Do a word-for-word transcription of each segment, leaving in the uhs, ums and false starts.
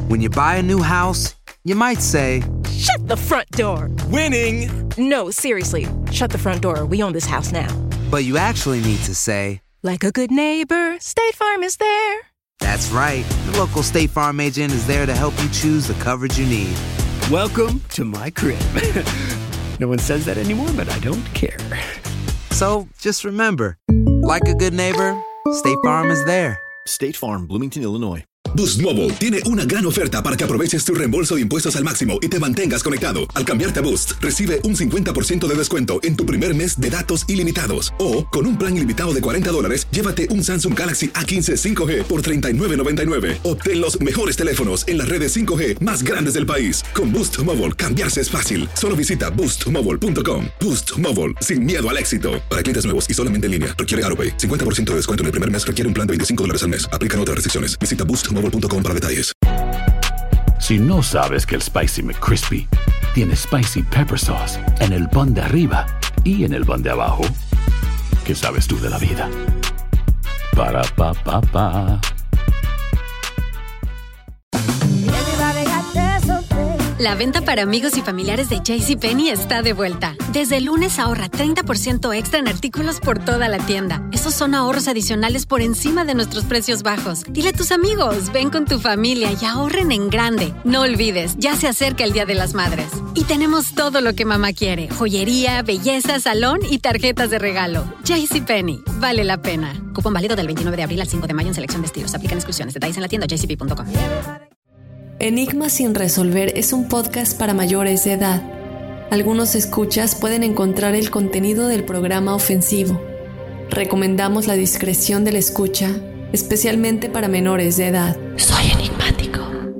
When you buy a new house, you might say, "Shut the front door." Winning! No, seriously, shut the front door. We own this house now. But you actually need to say, like a good neighbor, State Farm is there. That's right. The local State Farm agent is there to help you choose the coverage you need. Welcome to my crib. No one says that anymore, but I don't care. So, just remember, like a good neighbor, State Farm is there. State Farm, Bloomington, Illinois. Boost Mobile tiene una gran oferta para que aproveches tu reembolso de impuestos al máximo y te mantengas conectado. Al cambiarte a Boost, recibe un cincuenta por ciento de descuento en tu primer mes de datos ilimitados. O, con un plan ilimitado de cuarenta dólares, llévate un Samsung Galaxy A quince cinco G por treinta y nueve noventa y nueve. Obtén los mejores teléfonos en las redes cinco G más grandes del país. Con Boost Mobile, cambiarse es fácil. Solo visita boost mobile punto com. Boost Mobile, sin miedo al éxito. Para clientes nuevos y solamente en línea, requiere AutoPay. cincuenta por ciento de descuento en el primer mes requiere un plan de veinticinco dólares al mes. Aplican otras restricciones. Visita boost mobile punto com para detalles. Si no sabes que el Spicy McCrispy tiene Spicy Pepper Sauce en el pan de arriba y en el pan de abajo, ¿qué sabes tú de la vida? Para, pa, pa, pa. La venta para amigos y familiares de JCPenney está de vuelta. Desde el lunes ahorra treinta por ciento extra en artículos por toda la tienda. Esos son ahorros adicionales por encima de nuestros precios bajos. Dile a tus amigos, ven con tu familia y ahorren en grande. No olvides, ya se acerca el Día de las Madres. Y tenemos todo lo que mamá quiere. Joyería, belleza, salón y tarjetas de regalo. JCPenney, vale la pena. Cupón válido del veintinueve de abril al cinco de mayo en selección de estilos. Aplican exclusiones. Detalles en la tienda j c p punto com. Enigmas sin resolver es un podcast para mayores de edad. Algunos escuchas pueden encontrar el contenido del programa ofensivo. Recomendamos la discreción de la escucha, especialmente para menores de edad. Soy enigmático.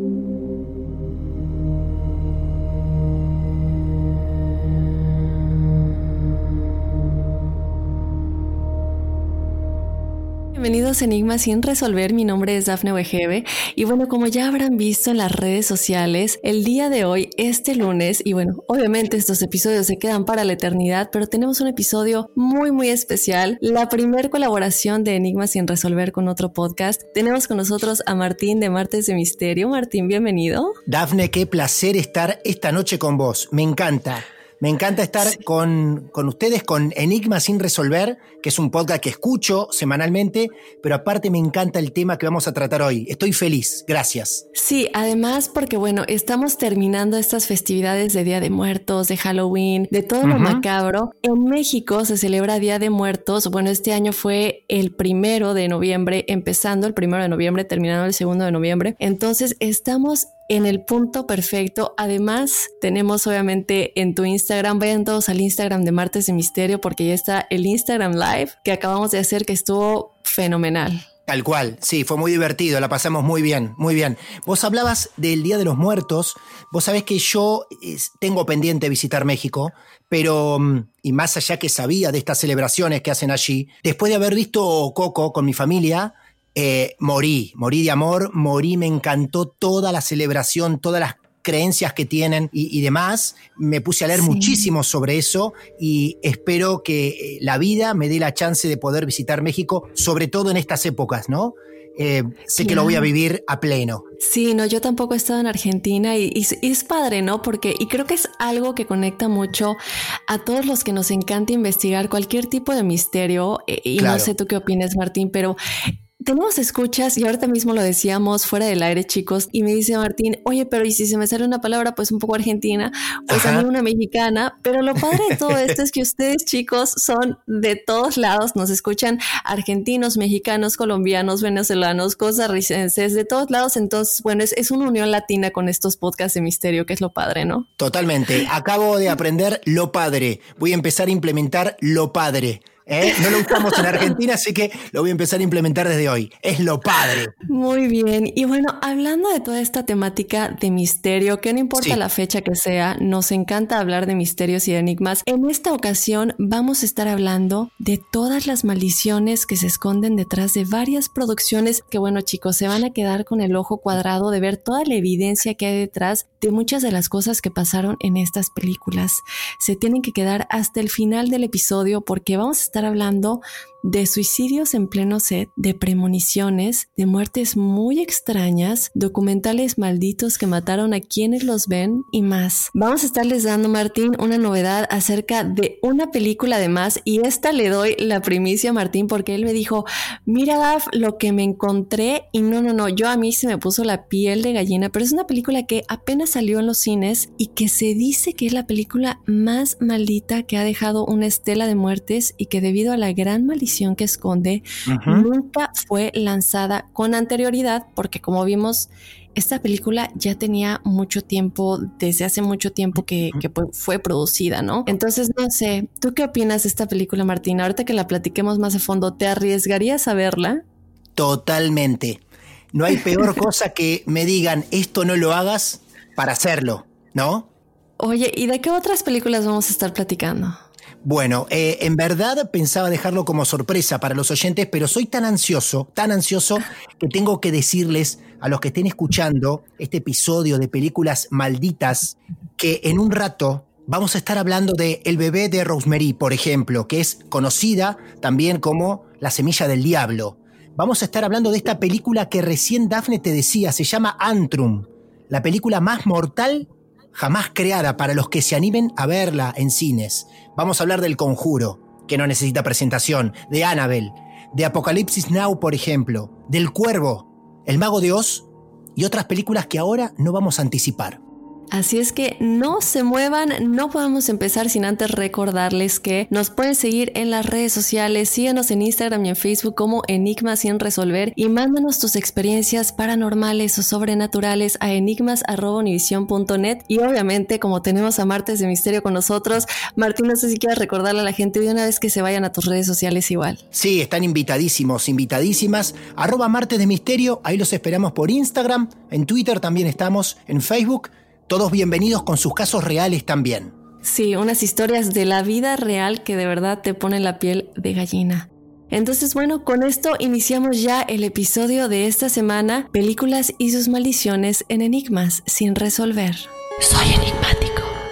Bienvenidos a Enigmas sin resolver, mi nombre es Dafne Wegebe y bueno, como ya habrán visto en las redes sociales, el día de hoy, este lunes, y bueno, obviamente estos episodios se quedan para la eternidad, pero tenemos un episodio muy muy especial, la primer colaboración de Enigmas sin resolver con otro podcast. Tenemos con nosotros a Martín de Martes de Misterio. Martín, bienvenido. Dafne, qué placer estar esta noche con vos, me encanta. Me encanta estar sí. con, con ustedes, con Enigmas sin resolver, que es un podcast que escucho semanalmente, pero aparte me encanta el tema que vamos a tratar hoy. Estoy feliz, gracias. Sí, además porque bueno, estamos terminando estas festividades de Día de Muertos, de Halloween, de todo uh-huh. lo macabro. En México se celebra Día de Muertos. Bueno, este año fue el primero de noviembre, empezando el primero de noviembre, terminando el segundo de noviembre. Entonces estamos en el punto perfecto. Además, tenemos obviamente en tu Instagram, vayan todos al Instagram de Martes de Misterio porque ya está el Instagram Live que acabamos de hacer, que estuvo fenomenal. Tal cual, sí, fue muy divertido, la pasamos muy bien, muy bien. Vos hablabas del Día de los Muertos, vos sabés que yo eh, tengo pendiente visitar México, pero, y más allá que sabía de estas celebraciones que hacen allí, después de haber visto Coco con mi familia, Eh, morí, morí de amor, morí, me encantó toda la celebración, todas las creencias que tienen y, y demás. Me puse a leer sí. muchísimo sobre eso y espero que la vida me dé la chance de poder visitar México, sobre todo en estas épocas, ¿no? Eh, sé claro. que lo voy a vivir a pleno. Sí, no, yo tampoco he estado en Argentina y, y, y es padre, ¿no? Porque, y creo que es algo que conecta mucho a todos los que nos encanta investigar cualquier tipo de misterio. Eh, y claro. no sé tú qué opinas, Martín, pero tenemos escuchas y ahorita mismo lo decíamos fuera del aire, chicos, y me dice Martín, oye, pero ¿y si se me sale una palabra pues un poco argentina? Pues Ajá. a mí una mexicana, pero lo padre de todo esto es que ustedes, chicos, son de todos lados, nos escuchan argentinos, mexicanos, colombianos, venezolanos, costarricenses, de todos lados, entonces, bueno, es, es una unión latina con estos podcasts de misterio, que es lo padre, ¿no? Totalmente, acabo de aprender lo padre, voy a empezar a implementar lo padre. ¿Eh? No lo usamos en Argentina, así que lo voy a empezar a implementar desde hoy. Es lo padre. Muy bien. Y bueno, hablando de toda esta temática de misterio, que no importa sí. la fecha que sea, nos encanta hablar de misterios y de enigmas. En esta ocasión vamos a estar hablando de todas las maldiciones que se esconden detrás de varias producciones que, bueno, chicos, se van a quedar con el ojo cuadrado de ver toda la evidencia que hay detrás de muchas de las cosas que pasaron en estas películas. Se tienen que quedar hasta el final del episodio porque vamos a estar hablando de suicidios en pleno set, de premoniciones, de muertes muy extrañas, documentales malditos que mataron a quienes los ven y más. Vamos a estarles dando, Martín, una novedad acerca de una película además, y esta le doy la primicia a Martín porque él me dijo, mira Daf, lo que me encontré, y no, no, no, yo a mí se me puso la piel de gallina, pero es una película que apenas salió en los cines y que se dice que es la película más maldita que ha dejado una estela de muertes y que debido a la gran maldición que esconde, uh-huh. nunca fue lanzada con anterioridad, porque como vimos, esta película ya tenía mucho tiempo, desde hace mucho tiempo que, que fue producida, ¿no? Entonces, no sé, ¿tú qué opinas de esta película, Martín? Ahorita que la platiquemos más a fondo, ¿te arriesgarías a verla? Totalmente. No hay peor cosa que me digan, esto no lo hagas para hacerlo, ¿no? Oye, ¿y de qué otras películas vamos a estar platicando? Bueno, eh, en verdad pensaba dejarlo como sorpresa para los oyentes, pero soy tan ansioso, tan ansioso, que tengo que decirles a los que estén escuchando este episodio de Películas Malditas, que en un rato vamos a estar hablando de El bebé de Rosemary, por ejemplo, que es conocida también como La semilla del diablo. Vamos a estar hablando de esta película que recién Dafne te decía, se llama Antrum, la película más mortal jamás creada para los que se animen a verla en cines. Vamos a hablar del Conjuro, que no necesita presentación, de Annabelle, de Apocalipsis Now, por ejemplo, del Cuervo, El Mago de Oz y otras películas que ahora no vamos a anticipar. Así es que no se muevan, no podemos empezar sin antes recordarles que nos pueden seguir en las redes sociales, síganos en Instagram y en Facebook como Enigma Sin Resolver y mándanos tus experiencias paranormales o sobrenaturales a enigmas arroba univision punto net y obviamente como tenemos a Martes de Misterio con nosotros, Martín, no sé si quieres recordarle a la gente de una vez que se vayan a tus redes sociales igual. Sí, están invitadísimos, invitadísimas, arroba Martes de Misterio, ahí los esperamos por Instagram, en Twitter también estamos, en Facebook. Todos bienvenidos con sus casos reales también. Sí, unas historias de la vida real que de verdad te ponen la piel de gallina. Entonces, bueno, con esto iniciamos ya el episodio de esta semana, Películas y sus maldiciones en Enigmas Sin Resolver. Soy enigmático.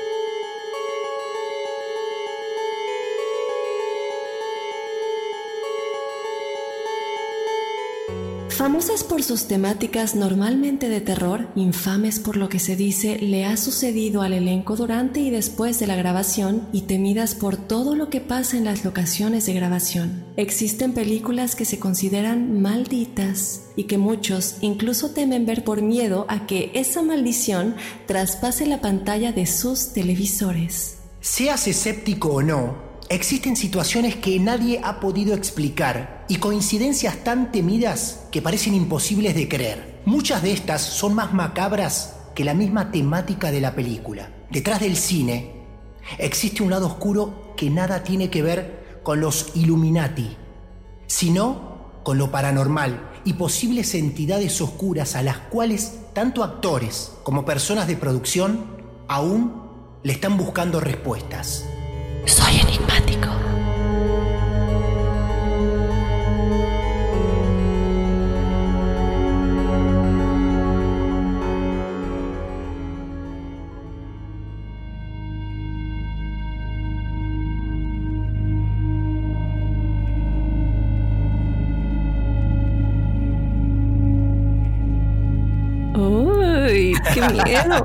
Famosas por sus temáticas normalmente de terror, infames por lo que se dice le ha sucedido al elenco durante y después de la grabación y temidas por todo lo que pasa en las locaciones de grabación. Existen películas que se consideran malditas y que muchos incluso temen ver por miedo a que esa maldición traspase la pantalla de sus televisores. Seas escéptico o no, existen situaciones que nadie ha podido explicar y coincidencias tan temidas que parecen imposibles de creer. Muchas de estas son más macabras que la misma temática de la película. Detrás del cine existe un lado oscuro que nada tiene que ver con los Illuminati, sino con lo paranormal y posibles entidades oscuras a las cuales tanto actores como personas de producción aún le están buscando respuestas. Soy enigmático. ¡Uy, qué miedo!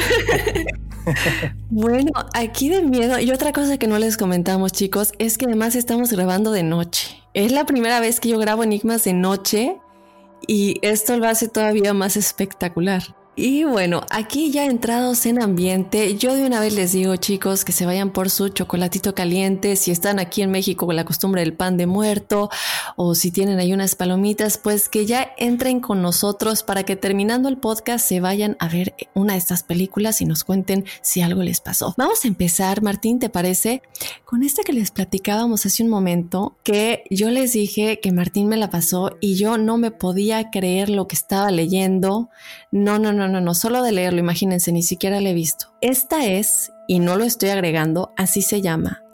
Bueno, aquí de miedo, y otra cosa que no les comentamos, chicos, es que además estamos grabando de noche. Es la primera vez que yo grabo enigmas de noche y esto lo hace todavía más espectacular. Y bueno, aquí ya entrados en ambiente, yo de una vez les digo, chicos, que se vayan por su chocolatito caliente. Si están aquí en México con la costumbre del pan de muerto o si tienen ahí unas palomitas, pues que ya entren con nosotros para que terminando el podcast se vayan a ver una de estas películas y nos cuenten si algo les pasó. Vamos a empezar, Martín, ¿te parece? Con esta que les platicábamos hace un momento, que yo les dije que Martín me la pasó y yo no me podía creer lo que estaba leyendo. No, no, no. No, no, no, solo de leerlo, imagínense, ni siquiera lo he visto. Esta es, y no lo estoy agregando, así se llama,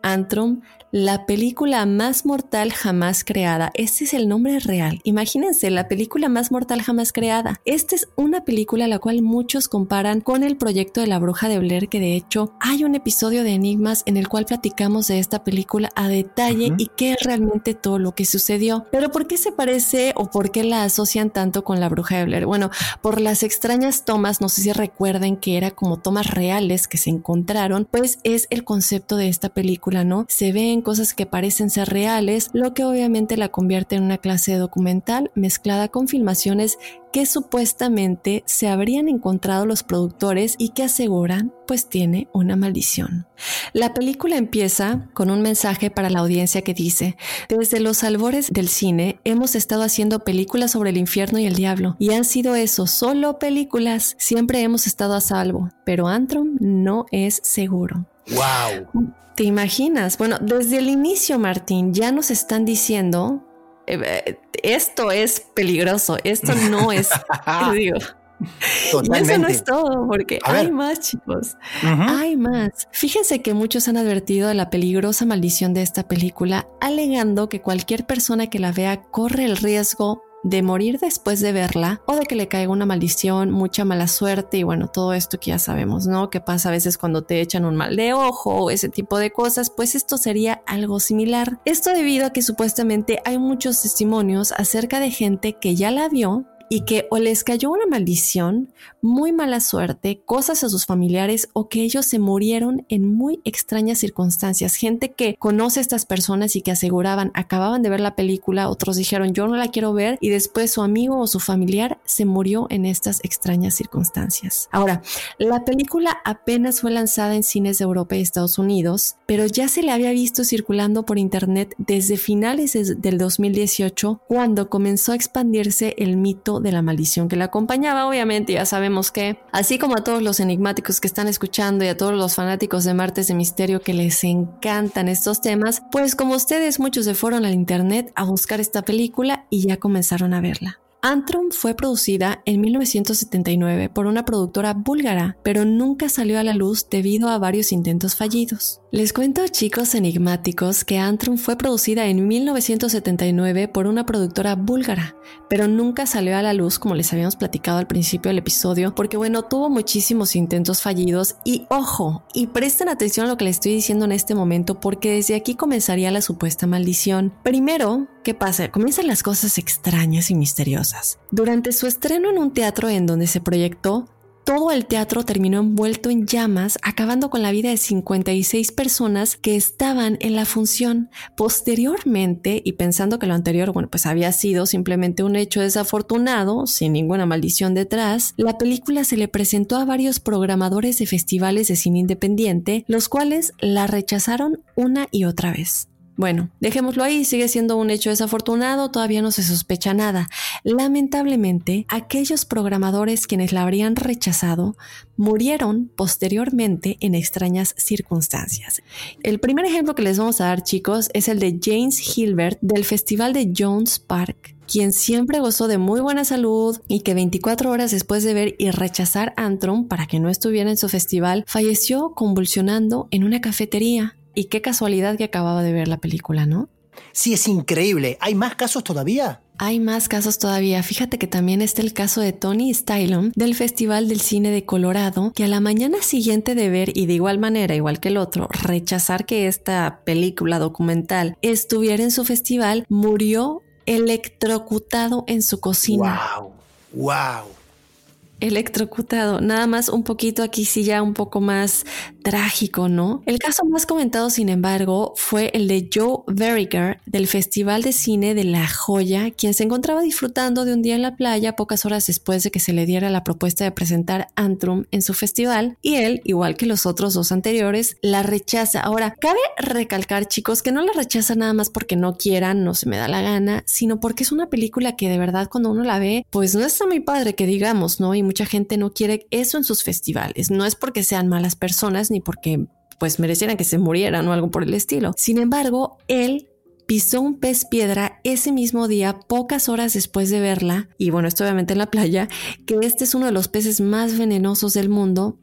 Antrum, la película más mortal jamás creada. Este es el nombre real. Imagínense, la película más mortal jamás creada. Esta es una película la cual muchos comparan con el proyecto de la Bruja de Blair, que de hecho hay un episodio de Enigmas en el cual platicamos de esta película a detalle uh-huh. y qué es realmente todo lo que sucedió. Pero ¿por qué se parece o por qué la asocian tanto con la Bruja de Blair? Bueno, por las extrañas tomas, no sé si recuerden que era como tomas reales que se encontraron, pues es el concepto de esta película, ¿no? Se ven cosas que parecen ser reales, lo que obviamente la convierte en una clase de documental mezclada con filmaciones que supuestamente se habrían encontrado los productores y que aseguran pues tiene una maldición. La película empieza con un mensaje para la audiencia que dice: desde los albores del cine hemos estado haciendo películas sobre el infierno y el diablo y han sido eso, solo películas. Siempre hemos estado a salvo, pero Antrum no es seguro. ¡Wow! ¿Te imaginas? Bueno, desde el inicio, Martín, ya nos están diciendo eh, esto es peligroso, esto no es, digo. Totalmente. Y eso no es todo, porque A hay ver. más, chicos. Uh-huh. Hay más. Fíjense que muchos han advertido de la peligrosa maldición de esta película, alegando que cualquier persona que la vea corre el riesgo de morir después de verla o de que le caiga una maldición, mucha mala suerte y bueno, todo esto que ya sabemos, ¿no? Que pasa a veces cuando te echan un mal de ojo o ese tipo de cosas, pues esto sería algo similar. Esto debido a que supuestamente hay muchos testimonios acerca de gente que ya la vio y que o les cayó una maldición, muy mala suerte, cosas a sus familiares o que ellos se murieron en muy extrañas circunstancias. Gente que conoce a estas personas y que aseguraban, acababan de ver la película, otros dijeron yo no la quiero ver y después su amigo o su familiar se murió en estas extrañas circunstancias. Ahora, la película apenas fue lanzada en cines de Europa y Estados Unidos, pero ya se la había visto circulando por internet desde finales del dos mil dieciocho, cuando comenzó a expandirse el mito de la maldición que la acompañaba. Obviamente ya sabemos que, así como a todos los enigmáticos que están escuchando y a todos los fanáticos de Martes de Misterio que les encantan estos temas, pues como ustedes, muchos se fueron al internet a buscar esta película y ya comenzaron a verla. Antrum fue producida en mil novecientos setenta y nueve por una productora búlgara, pero nunca salió a la luz debido a varios intentos fallidos. Les cuento, chicos enigmáticos, que Antrum fue producida en mil novecientos setenta y nueve por una productora búlgara, pero nunca salió a la luz, como les habíamos platicado al principio del episodio, porque bueno, tuvo muchísimos intentos fallidos y ojo, y presten atención a lo que les estoy diciendo en este momento, porque desde aquí comenzaría la supuesta maldición. Primero, ¿qué pasa? Comienzan las cosas extrañas y misteriosas. Durante su estreno en un teatro en donde se proyectó, todo el teatro terminó envuelto en llamas, acabando con la vida de cincuenta y seis personas que estaban en la función. Posteriormente, y pensando que lo anterior, bueno, pues había sido simplemente un hecho desafortunado, sin ninguna maldición detrás, la película se le presentó a varios programadores de festivales de cine independiente, los cuales la rechazaron una y otra vez. Bueno, dejémoslo ahí, sigue siendo un hecho desafortunado, todavía no se sospecha nada. Lamentablemente, aquellos programadores quienes la habrían rechazado murieron posteriormente en extrañas circunstancias. El primer ejemplo que les vamos a dar, chicos, es el de James Gilbert del Festival de Jones Park, quien siempre gozó de muy buena salud y que veinticuatro horas después de ver y rechazar Antrum para que no estuviera en su festival, falleció convulsionando en una cafetería. Y qué casualidad que acababa de ver la película, ¿no? Sí, es increíble. ¿Hay más casos todavía? Hay más casos todavía. Fíjate que también está el caso de Tony Stylom del Festival del Cine de Colorado, que a la mañana siguiente de ver y de igual manera, igual que el otro, rechazar que esta película documental estuviera en su festival, murió electrocutado en su cocina. ¡Wow! ¡Wow! Electrocutado, nada más un poquito aquí sí ya un poco más trágico, ¿no? El caso más comentado, sin embargo, fue el de Joe Verriger del Festival de Cine de La Joya, quien se encontraba disfrutando de un día en la playa pocas horas después de que se le diera la propuesta de presentar Antrum en su festival y él, igual que los otros dos anteriores, la rechaza. Ahora, cabe recalcar, chicos, que no la rechaza nada más porque no quieran, no se me da la gana, sino porque es una película que de verdad cuando uno la ve, pues no está muy padre que digamos, ¿no? Y mucha gente no quiere eso en sus festivales. No es porque sean malas personas ni porque pues merecieran que se murieran o algo por el estilo. Sin embargo, él pisó un pez piedra ese mismo día, pocas horas después de verla, y bueno, esto obviamente en la playa, que este es uno de los peces más venenosos del mundo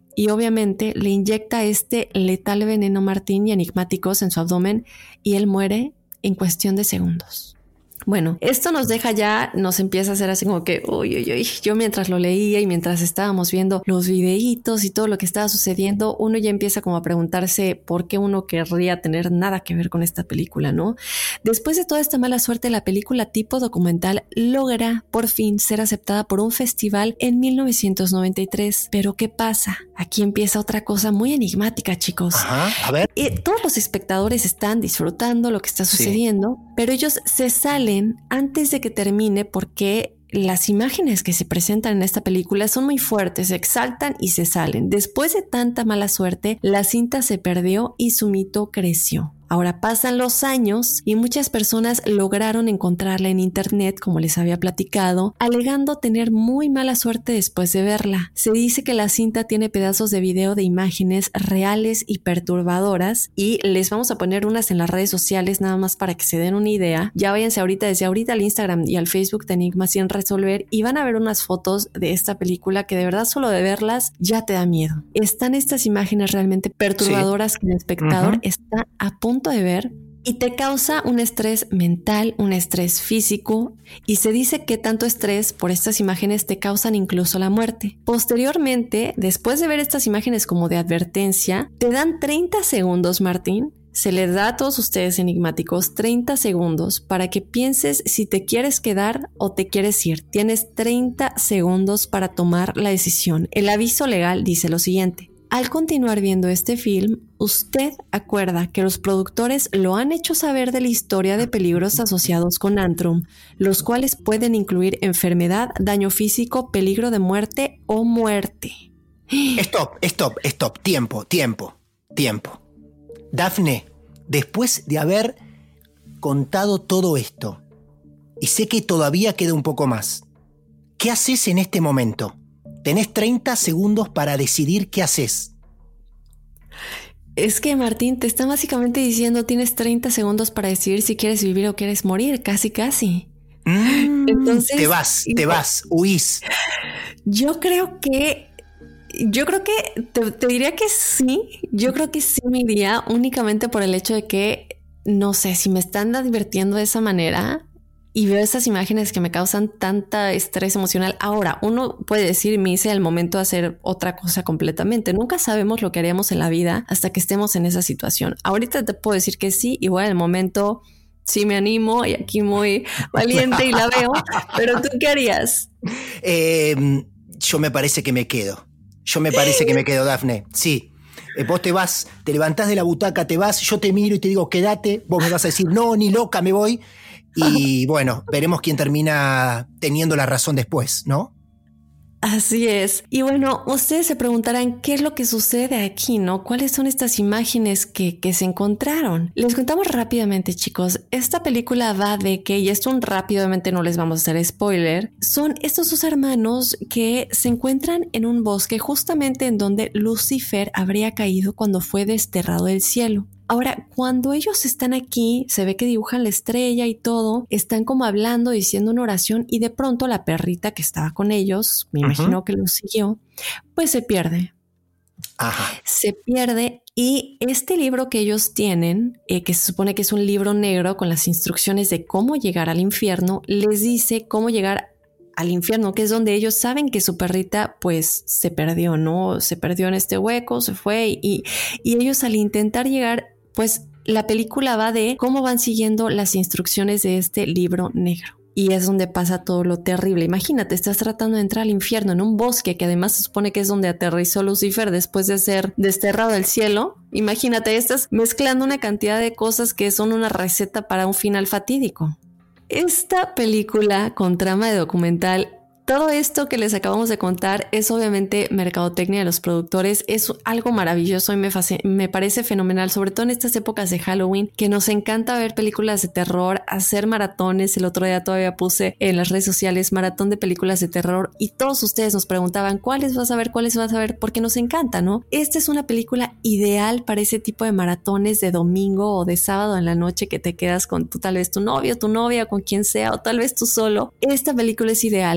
y obviamente le inyecta este letal veneno Martín y enigmáticos en su abdomen y él muere en cuestión de segundos. Bueno, esto nos deja ya, nos empieza a hacer así como que, uy, uy, uy, yo mientras lo leía y mientras estábamos viendo los videitos y todo lo que estaba sucediendo, uno ya empieza como a preguntarse por qué uno querría tener nada que ver con esta película, ¿no? Después de toda esta mala suerte, la película tipo documental logra por fin ser aceptada por un festival en mil novecientos noventa y tres. Pero ¿qué pasa? Aquí empieza otra cosa muy enigmática, chicos. Ajá, a ver. Eh, todos los espectadores están disfrutando lo que está sucediendo, sí, pero ellos se salen antes de que termine porque las imágenes que se presentan en esta película son muy fuertes, se exaltan y se salen. Después de tanta mala suerte, la cinta se perdió y su mito creció. Ahora pasan los años y muchas personas lograron encontrarla en internet, como les había platicado, alegando tener muy mala suerte después de verla. Se dice que la cinta tiene pedazos de video de imágenes reales y perturbadoras y les vamos a poner unas en las redes sociales nada más para que se den una idea. Ya váyanse ahorita, desde ahorita al Instagram y al Facebook de Enigma sin resolver y van a ver unas fotos de esta película que de verdad solo de verlas ya te da miedo. Están estas imágenes realmente perturbadoras, sí, que el espectador uh-huh. está a punto de ver y te causa un estrés mental, un estrés físico y se dice que tanto estrés por estas imágenes te causan incluso la muerte. Posteriormente, después de ver estas imágenes como de advertencia, te dan treinta segundos, Martín. Se les da a todos ustedes enigmáticos treinta segundos para que pienses si te quieres quedar o te quieres ir. Tienes treinta segundos para tomar la decisión. El aviso legal dice lo siguiente. Al continuar viendo este film, usted acuerda que los productores lo han hecho saber de la historia de peligros asociados con Antrum, los cuales pueden incluir enfermedad, daño físico, peligro de muerte o muerte. Stop, stop, stop, tiempo, tiempo, tiempo. Dafne, después de haber contado todo esto, y sé que todavía queda un poco más, ¿qué haces en este momento? Tenés treinta segundos para decidir qué haces. Es que Martín te está básicamente diciendo tienes treinta segundos para decidir si quieres vivir o quieres morir, casi casi. Mm, Entonces te vas, te vas, huís. Yo creo que Yo creo que te, te diría que sí. Yo creo que sí me iría únicamente por el hecho de que no sé si me están divirtiendo de esa manera y veo esas imágenes que me causan tanta estrés emocional. Ahora, uno puede decir, me hice al momento de hacer otra cosa completamente. Nunca sabemos lo que haríamos en la vida hasta que estemos en esa situación. Ahorita te puedo decir que sí, igual en el momento sí me animo y aquí muy valiente y la veo. Pero ¿tú qué harías? Eh, yo me parece que me quedo. Yo me parece que me quedo, Dafne. Sí. Eh, vos te vas, te levantás de la butaca, te vas, yo te miro y te digo, quédate. Vos me vas a decir, no, ni loca, me voy. Y bueno, veremos quién termina teniendo la razón después, ¿no? Así es. Y bueno, ustedes se preguntarán qué es lo que sucede aquí, ¿no? ¿Cuáles son estas imágenes que, que se encontraron? Les contamos rápidamente, chicos. Esta película va de que, y esto un rápido, obviamente no les vamos a hacer spoiler, son estos dos hermanos que se encuentran en un bosque justamente en donde Lucifer habría caído cuando fue desterrado del cielo. Ahora, cuando ellos están aquí, se ve que dibujan la estrella y todo, están como hablando, diciendo una oración y de pronto la perrita que estaba con ellos, me uh-huh. imagino que lo siguió, pues se pierde. Ajá. Se pierde y este libro que ellos tienen, eh, que se supone que es un libro negro con las instrucciones de cómo llegar al infierno, les dice cómo llegar al infierno, que es donde ellos saben que su perrita pues se perdió, ¿no? Se perdió en este hueco, se fue y, y ellos al intentar llegar, pues la película va de cómo van siguiendo las instrucciones de este libro negro. Y es donde pasa todo lo terrible. Imagínate, estás tratando de entrar al infierno en un bosque que además se supone que es donde aterrizó Lucifer después de ser desterrado del cielo. Imagínate, estás mezclando una cantidad de cosas que son una receta para un final fatídico. Esta película con trama de documental, todo esto que les acabamos de contar es obviamente mercadotecnia de los productores, es algo maravilloso y me, fasc- me parece fenomenal, sobre todo en estas épocas de Halloween, que nos encanta ver películas de terror, hacer maratones. El otro día todavía puse en las redes sociales maratón de películas de terror y todos ustedes nos preguntaban cuáles vas a ver, cuáles vas a ver, porque nos encanta, ¿no? Esta es una película ideal para ese tipo de maratones de domingo o de sábado en la noche que te quedas con tú, tal vez tu novio, tu novia, con quien sea, o tal vez tú solo. Esta película es ideal. Obviamente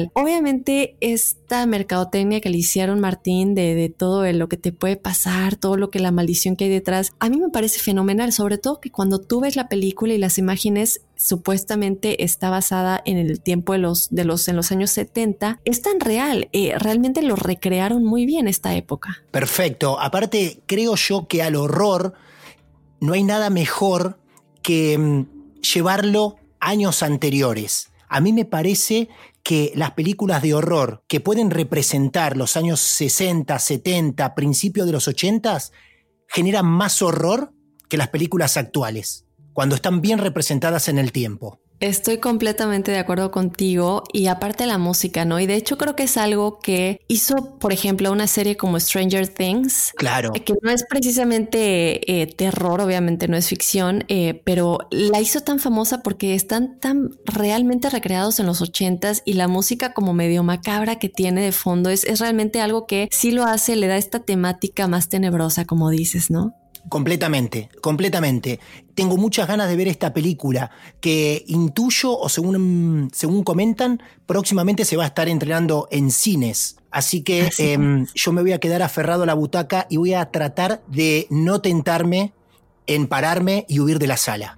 obviamente esta mercadotecnia que le hicieron, Martín, de, de todo lo que te puede pasar, todo lo que la maldición que hay detrás, a mí me parece fenomenal, sobre todo que cuando tú ves la película y las imágenes supuestamente está basada en el tiempo de los, de los, en los años setenta, es tan real, eh, realmente lo recrearon muy bien esta época. Perfecto, aparte creo yo que al horror no hay nada mejor que mmm, llevarlo años anteriores. A mí me parece que las películas de horror que pueden representar los años sesenta, setenta, principios de los ochenta, generan más horror que las películas actuales, cuando están bien representadas en el tiempo. Estoy completamente de acuerdo contigo y aparte la música, ¿no? Y de hecho creo que es algo que hizo, por ejemplo, una serie como Stranger Things. Claro. Que no es precisamente eh, terror, obviamente no es ficción, eh, pero la hizo tan famosa porque están tan realmente recreados en los ochentas y la música como medio macabra que tiene de fondo es, es realmente algo que sí lo hace, le da esta temática más tenebrosa, como dices, ¿no? Completamente, completamente. Tengo muchas ganas de ver esta película que intuyo o según, según comentan, próximamente se va a estar estrenando en cines. Así que Así eh, yo me voy a quedar aferrado a la butaca y voy a tratar de no tentarme en pararme y huir de la sala.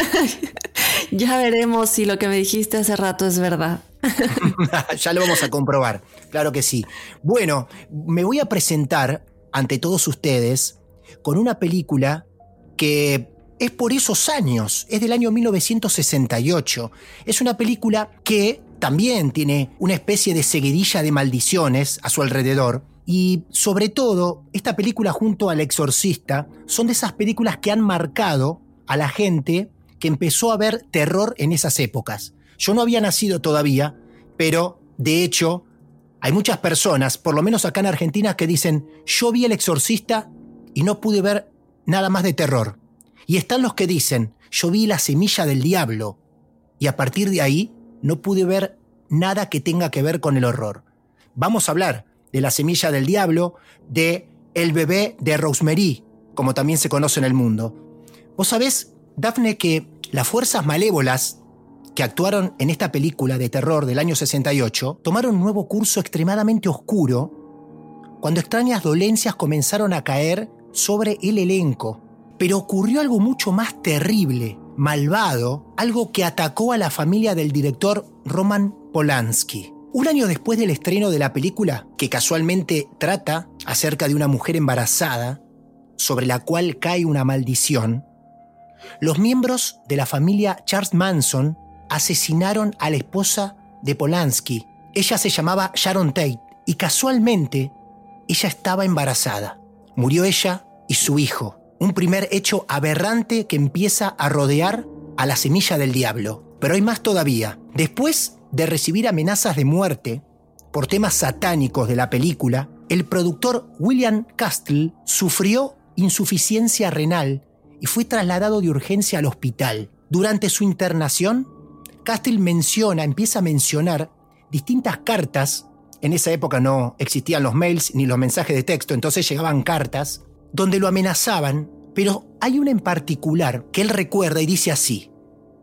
Ya veremos si lo que me dijiste hace rato es verdad. Ya lo vamos a comprobar, claro que sí. Bueno, me voy a presentar ante todos ustedes con una película que es por esos años, es del año mil novecientos sesenta y ocho. Es una película que también tiene una especie de seguidilla de maldiciones a su alrededor. Y sobre todo, esta película junto al Exorcista son de esas películas que han marcado a la gente que empezó a ver terror en esas épocas. Yo no había nacido todavía, pero de hecho hay muchas personas, por lo menos acá en Argentina, que dicen: yo vi El Exorcista y no pude ver nada más de terror. Y están los que dicen: yo vi La Semilla del Diablo y a partir de ahí no pude ver nada que tenga que ver con el horror. Vamos a hablar de La Semilla del Diablo, de El bebé de Rosemary, como también se conoce en el mundo. Vos sabés, Dafne, que las fuerzas malévolas que actuaron en esta película de terror del año sesenta y ocho tomaron un nuevo curso extremadamente oscuro cuando extrañas dolencias comenzaron a caer sobre el elenco. Pero ocurrió algo mucho más terrible, malvado, algo que atacó a la familia del director Roman Polanski. Un año después del estreno de la película, que casualmente trata acerca de una mujer embarazada, sobre la cual cae una maldición, los miembros de la familia Charles Manson asesinaron a la esposa de Polanski. Ella se llamaba Sharon Tate y casualmente ella estaba embarazada. Murió ella y su hijo. Un primer hecho aberrante que empieza a rodear a La Semilla del Diablo. Pero hay más todavía. Después de recibir amenazas de muerte por temas satánicos de la película, el productor William Castle sufrió insuficiencia renal y fue trasladado de urgencia al hospital. Durante su internación, Castle menciona, empieza a mencionar distintas cartas. En esa época no existían los mails ni los mensajes de texto, entonces llegaban cartas donde lo amenazaban, pero hay una en particular que él recuerda y dice así: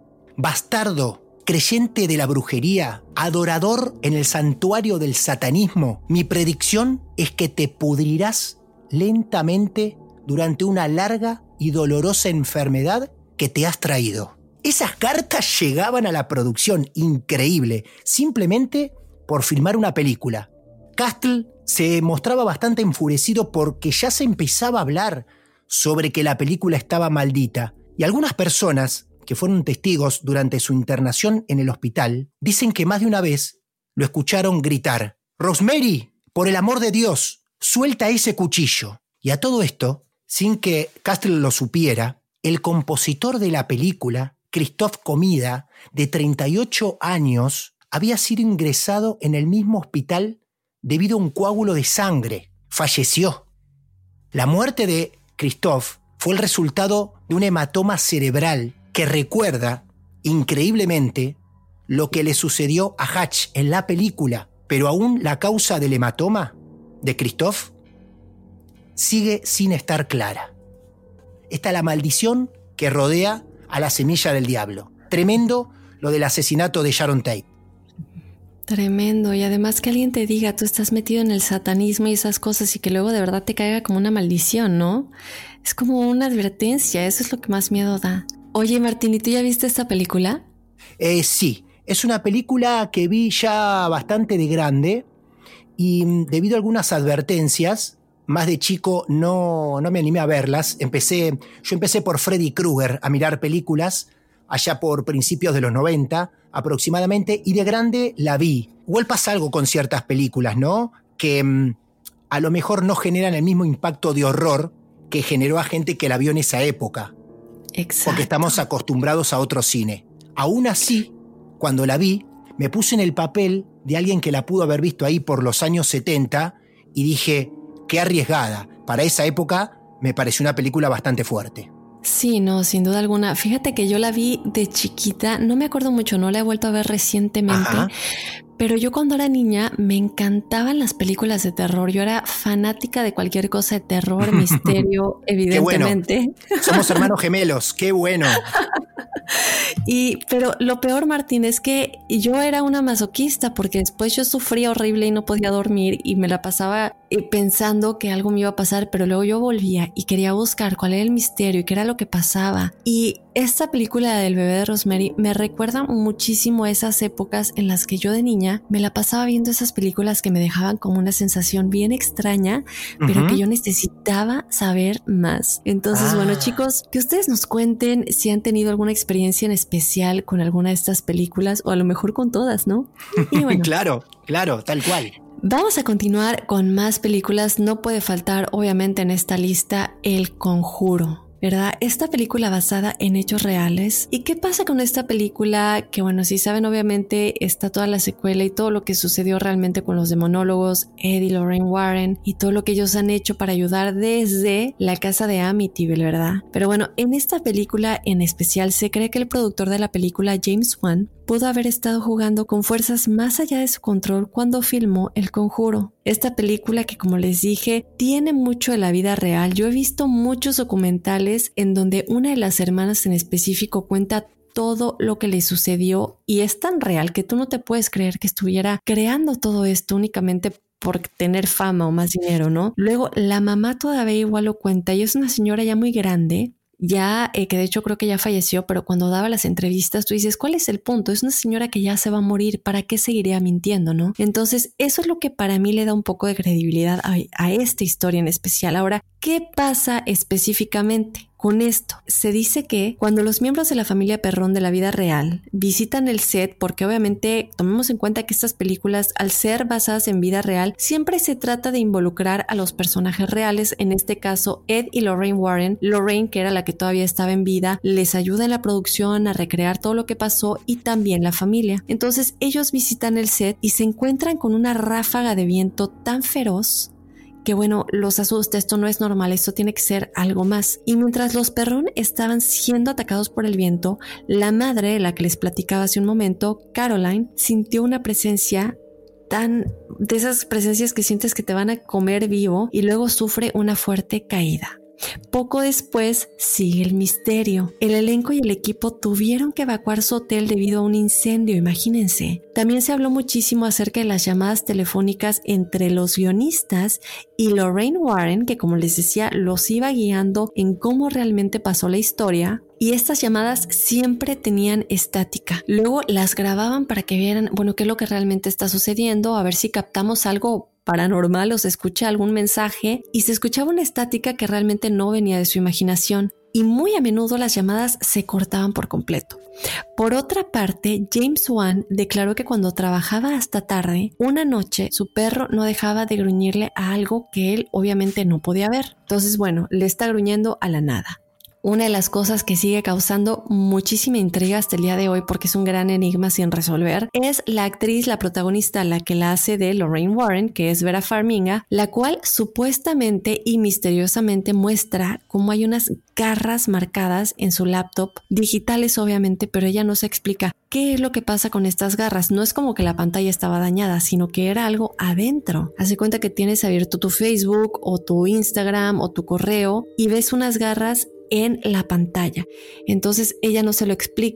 bastardo, creyente de la brujería, adorador en el santuario del satanismo, mi predicción es que te pudrirás lentamente durante una larga y dolorosa enfermedad que te has traído. Esas cartas llegaban a la producción, increíble, simplemente por filmar una película. Castle se mostraba bastante enfurecido porque ya se empezaba a hablar sobre que la película estaba maldita, y algunas personas que fueron testigos durante su internación en el hospital dicen que más de una vez lo escucharon gritar: «Rosemary, por el amor de Dios, suelta ese cuchillo». Y a todo esto, sin que Castle lo supiera, el compositor de la película, Christoph Comida, de treinta y ocho años, había sido ingresado en el mismo hospital debido a un coágulo de sangre. Falleció. La muerte de Christoph fue el resultado de un hematoma cerebral que recuerda, increíblemente, lo que le sucedió a Hutch en la película, pero aún la causa del hematoma de Christoph sigue sin estar clara. Esta es la maldición que rodea a La Semilla del Diablo. Tremendo lo del asesinato de Sharon Tate. Tremendo. Y además que alguien te diga, tú estás metido en el satanismo y esas cosas y que luego de verdad te caiga como una maldición, ¿no? Es como una advertencia, eso es lo que más miedo da. Oye, Martín, ¿y tú ya viste esta película? Eh, sí, es una película que vi ya bastante de grande y debido a algunas advertencias, más de chico no, no me animé a verlas. Empecé, yo empecé por Freddy Krueger a mirar películas allá por principios de los noventa aproximadamente, y de grande la vi. Igual pasa algo con ciertas películas, ¿no? Que mmm, a lo mejor no generan el mismo impacto de horror que generó a gente que la vio en esa época. Exacto. Porque estamos acostumbrados a otro cine. Aún así, cuando la vi, me puse en el papel de alguien que la pudo haber visto ahí por los años setenta y dije, qué arriesgada. Para esa época me pareció una película bastante fuerte. Sí, no, sin duda alguna. Fíjate que yo la vi de chiquita, no me acuerdo mucho, no la he vuelto a ver recientemente, Ajá. pero yo cuando era niña me encantaban las películas de terror. Yo era fanática de cualquier cosa de terror, misterio, evidentemente. Qué bueno. Somos hermanos gemelos, qué bueno. Y, pero lo peor, Martín, es que yo era una masoquista porque después yo sufría horrible y no podía dormir y me la pasaba pensando que algo me iba a pasar, pero luego yo volvía y quería buscar cuál era el misterio y qué era lo que pasaba. Y esta película del bebé de Rosemary me recuerda muchísimo a esas épocas en las que yo de niña me la pasaba viendo esas películas que me dejaban como una sensación bien extraña, pero uh-huh. que yo necesitaba saber más. Entonces, ah. bueno, chicos, que ustedes nos cuenten si han tenido alguna experiencia en especial con alguna de estas películas o a lo mejor con todas, ¿no? Y bueno, claro, claro, tal cual. Vamos a continuar con más películas. No puede faltar, obviamente, en esta lista El Conjuro, ¿verdad? Esta película basada en hechos reales. ¿Y qué pasa con esta película? Que bueno, si saben, obviamente está toda la secuela y todo lo que sucedió realmente con los demonólogos, Ed y Lorraine Warren, y todo lo que ellos han hecho para ayudar desde la casa de Amityville, ¿verdad? Pero bueno, en esta película en especial se cree que el productor de la película, James Wan, pudo haber estado jugando con fuerzas más allá de su control cuando filmó El Conjuro. Esta película que, como les dije, tiene mucho de la vida real. Yo he visto muchos documentales en donde una de las hermanas en específico cuenta todo lo que le sucedió y es tan real que tú no te puedes creer que estuviera creando todo esto únicamente por tener fama o más dinero, ¿no? Luego, la mamá todavía igual lo cuenta y es una señora ya muy grande, ya eh, que de hecho creo que ya falleció, pero cuando daba las entrevistas tú dices, ¿cuál es el punto? Es una señora que ya se va a morir, ¿para qué seguiría mintiendo, no? Entonces eso es lo que para mí le da un poco de credibilidad a, a esta historia en especial. Ahora, ¿qué pasa específicamente con esto? Se dice que cuando los miembros de la familia Perrón de la vida real visitan el set, porque obviamente tomemos en cuenta que estas películas, al ser basadas en vida real, siempre se trata de involucrar a los personajes reales, en este caso Ed y Lorraine Warren. Lorraine, que era la que todavía estaba en vida, les ayuda en la producción a recrear todo lo que pasó y también la familia. Entonces ellos visitan el set y se encuentran con una ráfaga de viento tan feroz que bueno, los asusta, esto no es normal, esto tiene que ser algo más. Y mientras los Perrón estaban siendo atacados por el viento, la madre, la que les platicaba hace un momento, Caroline, sintió una presencia tan, de esas presencias que sientes que te van a comer vivo, y luego sufre una fuerte caída. Poco después sigue el misterio. El elenco y el equipo tuvieron que evacuar su hotel debido a un incendio, imagínense. También se habló muchísimo acerca de las llamadas telefónicas entre los guionistas y Lorraine Warren, que como les decía, los iba guiando en cómo realmente pasó la historia. Y estas llamadas siempre tenían estática. Luego las grababan para que vieran, bueno, qué es lo que realmente está sucediendo, a ver si captamos algo paranormal o se escucha algún mensaje, y se escuchaba una estática que realmente no venía de su imaginación, y muy a menudo las llamadas se cortaban por completo. Por otra parte, James Wan declaró que cuando trabajaba hasta tarde, una noche su perro no dejaba de gruñirle a algo que él obviamente no podía ver. Entonces, bueno, le está gruñendo a la nada. Una de las cosas que sigue causando muchísima intriga hasta el día de hoy, porque es un gran enigma sin resolver, es la actriz, la protagonista, la que la hace de Lorraine Warren, que es Vera Farmiga, la cual supuestamente y misteriosamente muestra cómo hay unas garras marcadas en su laptop, digitales obviamente, pero ella no se explica qué es lo que pasa con estas garras. No es como que la pantalla estaba dañada, sino que era algo adentro. Haz de cuenta que tienes abierto tu Facebook o tu Instagram o tu correo y ves unas garras en la pantalla. Entonces ella no se lo explica,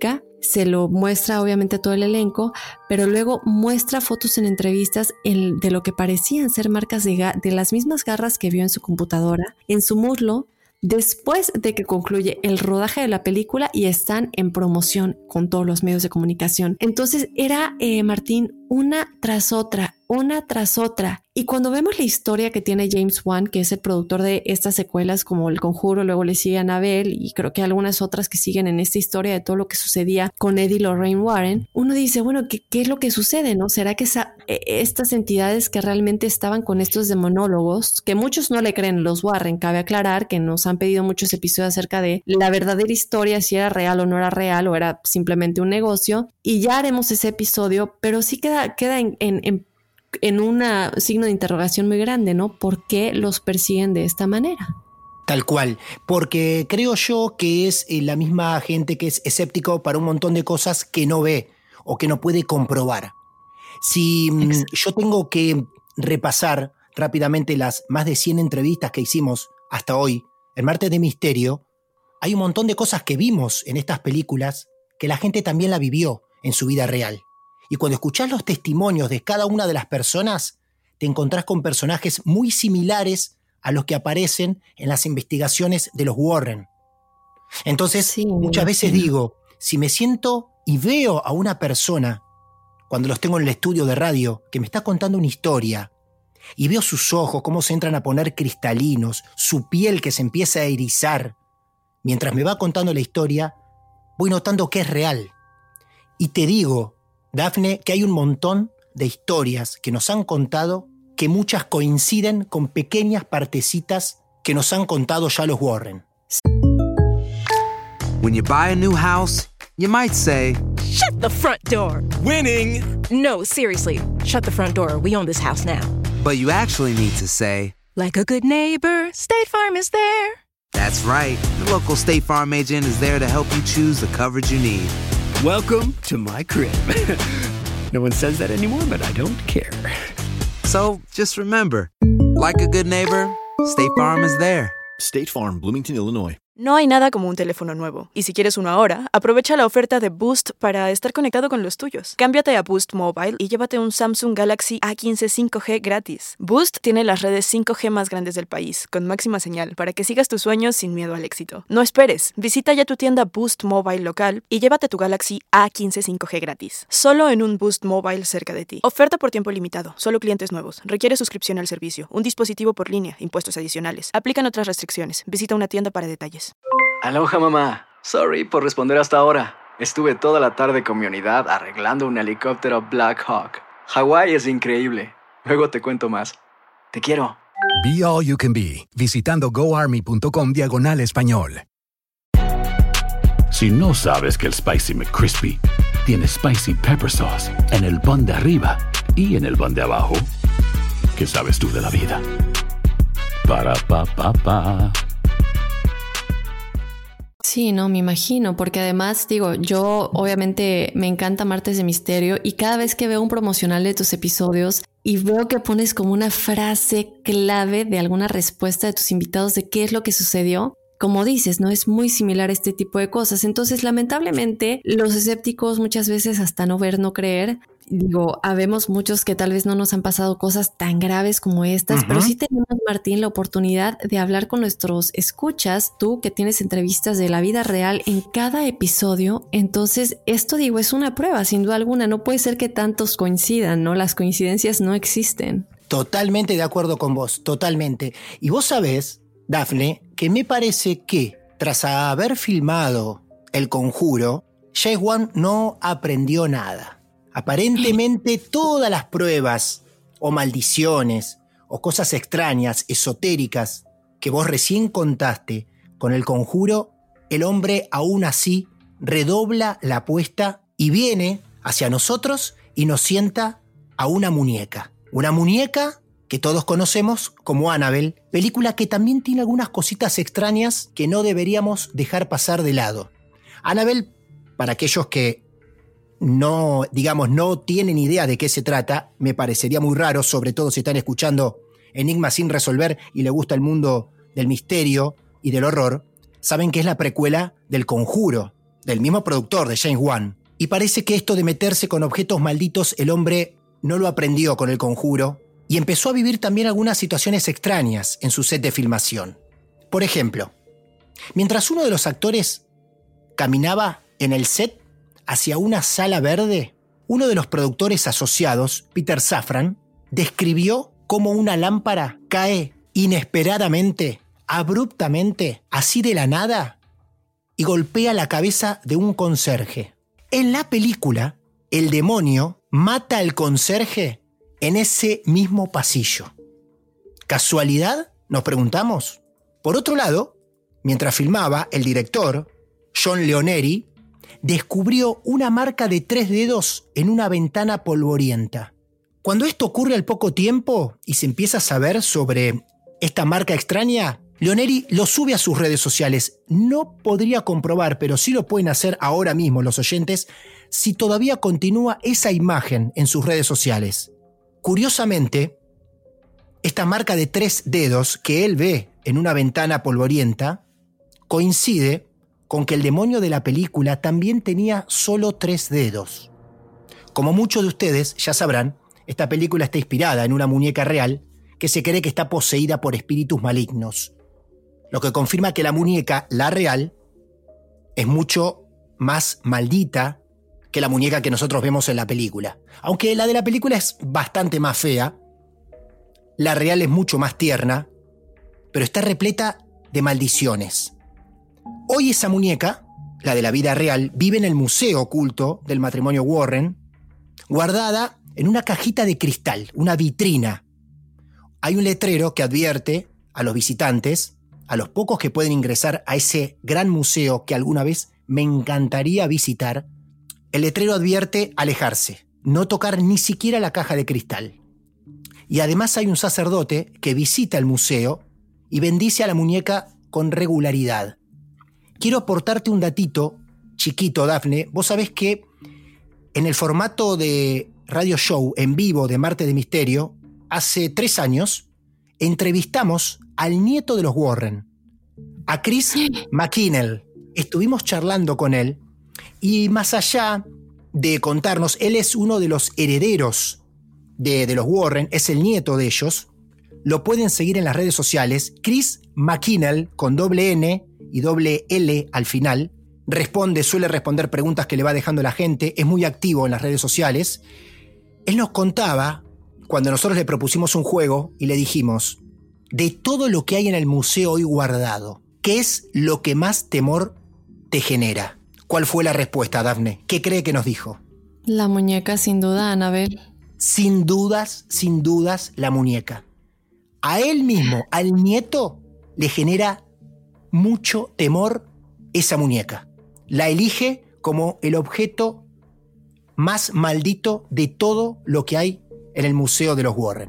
se lo muestra obviamente a todo el elenco, pero luego muestra fotos en entrevistas en, de lo que parecían ser marcas de, ga- de las mismas garras que vio en su computadora, en su muslo, después de que concluye el rodaje de la película y están en promoción con todos los medios de comunicación. Entonces era, eh, Martín, una tras otra, una tras otra. Y cuando vemos la historia que tiene James Wan, que es el productor de estas secuelas como El Conjuro, luego le sigue Annabelle y creo que algunas otras que siguen en esta historia de todo lo que sucedía con Ed y Lorraine Warren, uno dice, bueno, ¿qué, qué es lo que sucede? ¿No? ¿Será que esa, estas entidades que realmente estaban con estos demonólogos, que muchos no le creen los Warren, cabe aclarar que nos han pedido muchos episodios acerca de la verdadera historia, si era real o no era real o era simplemente un negocio, y ya haremos ese episodio, pero sí queda, queda en, en, en en un signo de interrogación muy grande, ¿no? ¿Por qué los persiguen de esta manera? Tal cual, porque creo yo que es la misma gente que es escéptico para un montón de cosas que no ve o que no puede comprobar. Si Exacto. yo tengo que repasar rápidamente las más de cien entrevistas que hicimos hasta hoy, en Martes de Misterio, hay un montón de cosas que vimos en estas películas que la gente también la vivió en su vida real. Y cuando escuchás los testimonios de cada una de las personas, te encontrás con personajes muy similares a los que aparecen en las investigaciones de los Warren. Entonces, sí, muchas veces sí. digo, si me siento y veo a una persona, cuando los tengo en el estudio de radio, que me está contando una historia, y veo sus ojos, cómo se entran a poner cristalinos, su piel que se empieza a erizar, mientras me va contando la historia, voy notando que es real. Y te digo, Dafne, que hay un montón de historias que nos han contado que muchas coinciden con pequeñas partecitas que nos han contado ya los Warren. When you buy a new house, you might say, "Shut the front door!" Winning! No, seriously, shut the front door. We own this house now. But you actually need to say, like a good neighbor, State Farm is there. That's right. The local State Farm agent is there to help you choose the coverage you need. Welcome to my crib. No one says that anymore, but I don't care. So just remember, like a good neighbor, State Farm is there. State Farm, Bloomington, Illinois. No hay nada como un teléfono nuevo. Y si quieres uno ahora, aprovecha la oferta de Boost para estar conectado con los tuyos. Cámbiate a Boost Mobile y llévate un Samsung Galaxy A quince cinco G gratis. Boost tiene las redes cinco G más grandes del país, con máxima señal, para que sigas tus sueños sin miedo al éxito. No esperes. Visita ya tu tienda Boost Mobile local y llévate tu Galaxy A quince cinco G gratis. Solo en un Boost Mobile cerca de ti. Oferta por tiempo limitado. Solo clientes nuevos. Requiere suscripción al servicio. Un dispositivo por línea. Impuestos adicionales. Aplican otras restricciones. Visita una tienda para detalles. Aloha, mamá. Sorry por responder hasta ahora. Estuve toda la tarde con mi unidad arreglando un helicóptero Black Hawk. Hawái es increíble. Luego te cuento más. Te quiero. Be All You Can Be, visitando goarmy.com diagonal español. Si no sabes que el Spicy McCrispy tiene Spicy Pepper Sauce en el pan de arriba y en el pan de abajo, ¿qué sabes tú de la vida? Para, pa, pa, pa. Sí, no, me imagino, porque además, digo, yo obviamente me encanta Martes de Misterio y cada vez que veo un promocional de tus episodios y veo que pones como una frase clave de alguna respuesta de tus invitados de qué es lo que sucedió, como dices, ¿no? Es muy similar a este tipo de cosas. Entonces, lamentablemente, los escépticos muchas veces hasta no ver, no creer. Digo, habemos muchos que tal vez no nos han pasado cosas tan graves como estas, uh-huh. pero sí tenemos, Martín, la oportunidad de hablar con nuestros escuchas, tú que tienes entrevistas de la vida real en cada episodio. Entonces, esto, digo, es una prueba, sin duda alguna. No puede ser que tantos coincidan, ¿no? Las coincidencias no existen. Totalmente de acuerdo con vos, totalmente. Y vos sabés, Dafne, que me parece que tras haber filmado El Conjuro, James Wan no aprendió nada. Aparentemente todas las pruebas o maldiciones o cosas extrañas, esotéricas que vos recién contaste con El Conjuro, el hombre aún así redobla la apuesta y viene hacia nosotros y nos sienta a una muñeca. Una muñeca que todos conocemos como Annabelle, película que también tiene algunas cositas extrañas que no deberíamos dejar pasar de lado. Annabelle, para aquellos que no, digamos, no tienen idea de qué se trata, me parecería muy raro, sobre todo si están escuchando Enigmas sin resolver y les gusta el mundo del misterio y del horror, saben que es la precuela del Conjuro, del mismo productor de James Wan. Y parece que esto de meterse con objetos malditos el hombre no lo aprendió con El Conjuro y empezó a vivir también algunas situaciones extrañas en su set de filmación. Por ejemplo, mientras uno de los actores caminaba en el set hacia una sala verde, uno de los productores asociados, Peter Safran, describió cómo una lámpara cae inesperadamente, abruptamente, así de la nada, y golpea la cabeza de un conserje. En la película, el demonio mata al conserje en ese mismo pasillo. ¿Casualidad? Nos preguntamos. Por otro lado, mientras filmaba, el director, John Leoneri, descubrió una marca de tres dedos en una ventana polvorienta. Cuando esto ocurre al poco tiempo y se empieza a saber sobre esta marca extraña, Leoneri lo sube a sus redes sociales. No podría comprobar, pero sí lo pueden hacer ahora mismo los oyentes, si todavía continúa esa imagen en sus redes sociales. Curiosamente, esta marca de tres dedos que él ve en una ventana polvorienta coincide con que el demonio de la película también tenía solo tres dedos. Como muchos de ustedes ya sabrán, esta película está inspirada en una muñeca real que se cree que está poseída por espíritus malignos, lo que confirma que la muñeca, la real, es mucho más maldita que la muñeca que nosotros vemos en la película. Aunque la de la película es bastante más fea, la real es mucho más tierna, pero está repleta de maldiciones. Hoy esa muñeca, la de la vida real, vive en el museo oculto del matrimonio Warren, guardada en una cajita de cristal, una vitrina. Hay un letrero que advierte a los visitantes, a los pocos que pueden ingresar a ese gran museo que alguna vez me encantaría visitar. El letrero advierte alejarse, no tocar ni siquiera la caja de cristal. Y además hay un sacerdote que visita el museo y bendice a la muñeca con regularidad. Quiero aportarte un datito chiquito, Dafne. Vos sabés que en el formato de radio show en vivo de Martes de Misterio, hace tres años, entrevistamos al nieto de los Warren, a Chris McKinnell. Estuvimos charlando con él y más allá de contarnos, él es uno de los herederos de, de los Warren, es el nieto de ellos. Lo pueden seguir en las redes sociales. Chris McKinnell, con doble N y doble L al final, responde, suele responder preguntas que le va dejando la gente, es muy activo en las redes sociales. Él nos contaba, cuando nosotros le propusimos un juego y le dijimos, de todo lo que hay en el museo hoy guardado, ¿qué es lo que más temor te genera? ¿Cuál fue la respuesta, Dafne? ¿Qué cree que nos dijo? La muñeca, sin duda, Anabel. Sin dudas, sin dudas, la muñeca. A él mismo, al nieto, le genera mucho temor esa muñeca. La elige como el objeto más maldito de todo lo que hay en el museo de los Warren.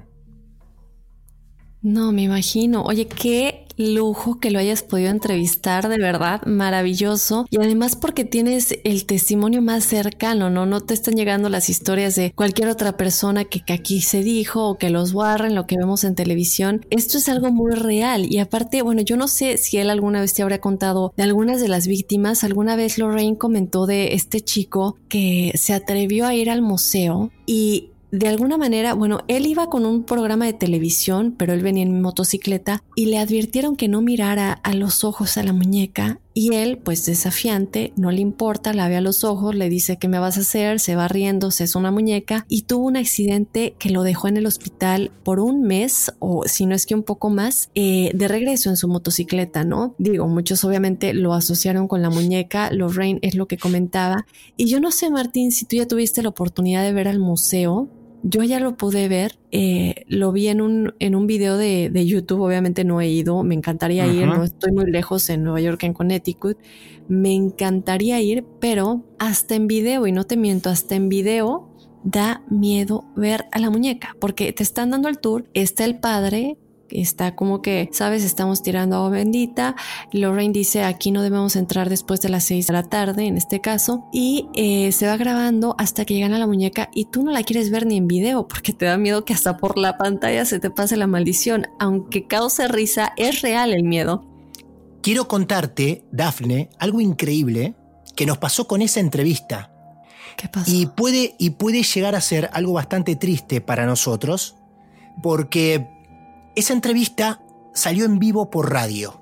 No, me imagino. Oye, qué lujo que lo hayas podido entrevistar, de verdad, maravilloso. Y además porque tienes el testimonio más cercano, ¿no? No te están llegando las historias de cualquier otra persona que, que aquí se dijo o que los Warren, lo que vemos en televisión. Esto es algo muy real. Y aparte, bueno, yo no sé si él alguna vez te habrá contado de algunas de las víctimas. Alguna vez Lorraine comentó de este chico que se atrevió a ir al museo y de alguna manera, bueno, él iba con un programa de televisión, pero él venía en motocicleta y le advirtieron que no mirara a los ojos a la muñeca y él, pues desafiante, no le importa, la ve a los ojos, le dice ¿qué me vas a hacer? Se va riendo, se es una muñeca y tuvo un accidente que lo dejó en el hospital por un mes o si no es que un poco más, eh, de regreso en su motocicleta, ¿no? Digo, muchos obviamente lo asociaron con la muñeca, Lorraine es lo que comentaba y yo no sé, Martín, si tú ya tuviste la oportunidad de ver al museo. Yo ya lo pude ver, eh, lo vi en un, en un video de, de YouTube, obviamente no he ido, me encantaría uh-huh. ir, no estoy muy lejos en Nueva York, en Connecticut, me encantaría ir, pero hasta en video, y no te miento, hasta en video da miedo ver a la muñeca, porque te están dando el tour, está el padre, está como que, sabes, estamos tirando agua bendita. Lorraine dice, aquí no debemos entrar después de las seis de la tarde, en este caso, y eh, se va grabando hasta que llegan a la muñeca y tú no la quieres ver ni en video porque te da miedo que hasta por la pantalla se te pase la maldición. Aunque cause risa, es real el miedo. Quiero contarte, Dafne, algo increíble que nos pasó con esa entrevista. ¿Qué pasó? Y puede, y puede llegar a ser algo bastante triste para nosotros, porque esa entrevista salió en vivo por radio.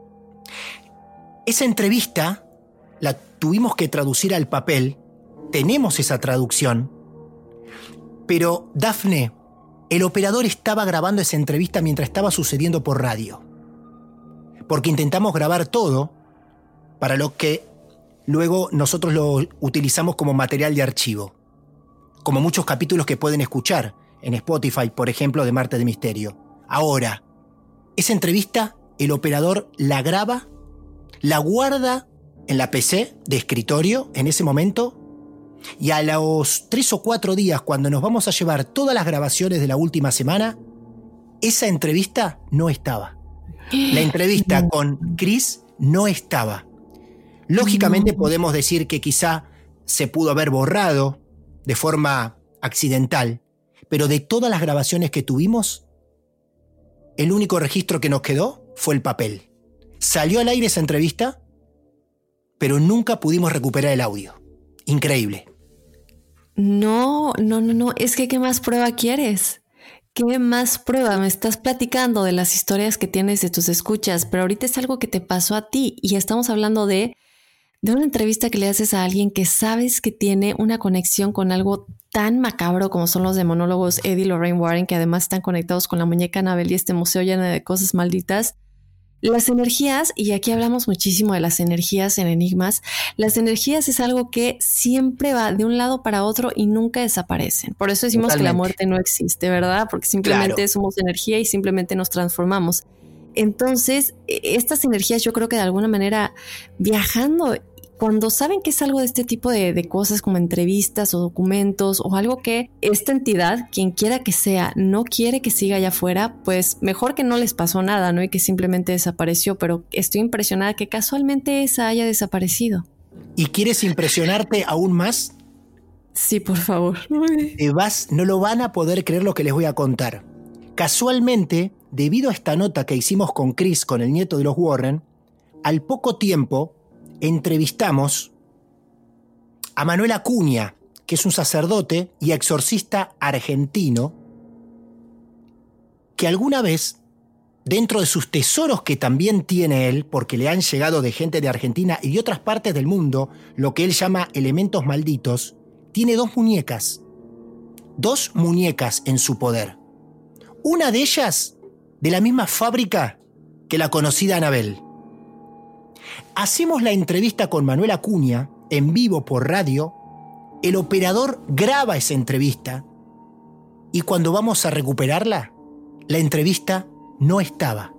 Esa entrevista la tuvimos que traducir al papel, tenemos esa traducción, pero Dafne, el operador estaba grabando esa entrevista mientras estaba sucediendo por radio. Porque intentamos grabar todo para lo que luego nosotros lo utilizamos como material de archivo. Como muchos capítulos que pueden escuchar en Spotify, por ejemplo, de Martes de Misterio. Ahora, esa entrevista, el operador la graba, la guarda en la P C de escritorio en ese momento, y a los tres o cuatro días, cuando nos vamos a llevar todas las grabaciones de la última semana, esa entrevista no estaba. La entrevista no. con Chris no estaba. Lógicamente no. podemos decir que quizá se pudo haber borrado de forma accidental, pero de todas las grabaciones que tuvimos, el único registro que nos quedó fue el papel. Salió al aire esa entrevista, pero nunca pudimos recuperar el audio. Increíble. No, no, no, no. Es que ¿qué más prueba quieres? ¿Qué más prueba? Me estás platicando de las historias que tienes de tus escuchas, pero ahorita es algo que te pasó a ti y estamos hablando de, de una entrevista que le haces a alguien que sabes que tiene una conexión con algo tan macabro como son los demonólogos Ed y Lorraine Warren, que además están conectados con la muñeca Annabelle y este museo lleno de cosas malditas. Las energías, y aquí hablamos muchísimo de las energías en Enigmas, las energías es algo que siempre va de un lado para otro y nunca desaparecen. Por eso decimos Totalmente. que la muerte no existe, ¿verdad? Porque simplemente claro. somos energía y simplemente nos transformamos. Entonces, estas energías yo creo que de alguna manera viajando, cuando saben que es algo de este tipo de, de cosas como entrevistas o documentos o algo que esta entidad, quien quiera que sea, no quiere que siga allá afuera, pues mejor que no les pasó nada, ¿no? Y que simplemente desapareció, pero estoy impresionada que casualmente esa haya desaparecido. ¿Y quieres impresionarte aún más? Sí, por favor. Te vas, no lo van a poder creer lo que les voy a contar. Casualmente, debido a esta nota que hicimos con Chris, con el nieto de los Warren, al poco tiempo entrevistamos a Manuel Acuña, que es un sacerdote y exorcista argentino, que alguna vez, dentro de sus tesoros que también tiene él, porque le han llegado de gente de Argentina y de otras partes del mundo, lo que él llama elementos malditos, tiene dos muñecas, dos muñecas en su poder. Una de ellas de la misma fábrica que la conocida Annabelle. Hacemos la entrevista con Manuel Acuña en vivo por radio, el operador graba esa entrevista y cuando vamos a recuperarla, la entrevista no estaba.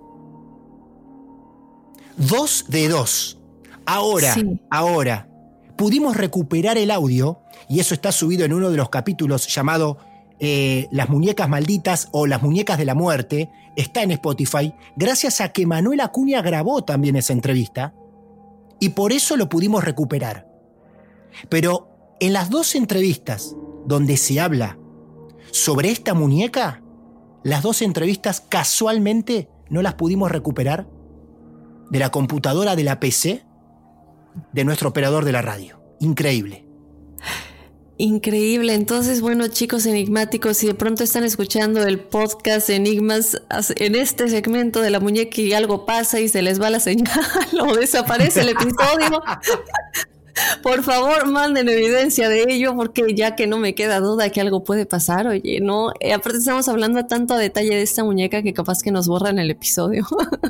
Dos de dos. Ahora, sí. ahora, pudimos recuperar el audio y eso está subido en uno de los capítulos llamado eh, Las muñecas malditas o Las muñecas de la muerte. Está en Spotify, gracias a que Manuel Acuña grabó también esa entrevista. Y por eso lo pudimos recuperar. Pero en las dos entrevistas donde se habla sobre esta muñeca, las dos entrevistas casualmente no las pudimos recuperar de la computadora de la P C de nuestro operador de la radio. Increíble. Increíble. Entonces, bueno, chicos enigmáticos, si de pronto están escuchando el podcast Enigmas en este segmento de la muñeca y algo pasa y se les va la señal o desaparece el episodio, por favor, manden evidencia de ello, porque ya que no me queda duda que algo puede pasar. Oye, no, eh, aparte estamos hablando tanto a detalle de esta muñeca que capaz que nos borran el episodio.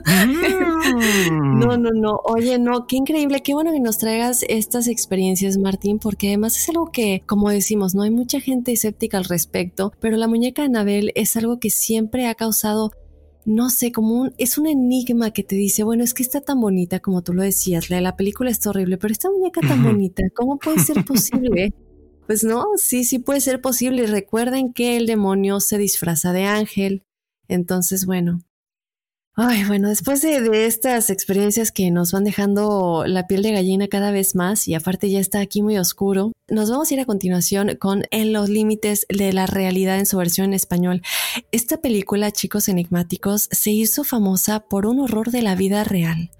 No, no, no. Oye, no, qué increíble, qué bueno que nos traigas estas experiencias, Martín, porque además es algo que, como decimos, no hay mucha gente escéptica al respecto, pero la muñeca Annabelle es algo que siempre ha causado, no sé, como un, es un enigma que te dice, bueno, es que está tan bonita como tú lo decías, la de la película está horrible, pero esta muñeca tan bonita, ¿cómo puede ser posible? Pues no, sí, sí puede ser posible. Recuerden que el demonio se disfraza de ángel. Entonces, bueno. Ay, bueno, después de, de estas experiencias que nos van dejando la piel de gallina cada vez más, y aparte ya está aquí muy oscuro, nos vamos a ir a continuación con En los límites de la realidad en su versión en español. Esta película, chicos enigmáticos, se hizo famosa por un horror de la vida real.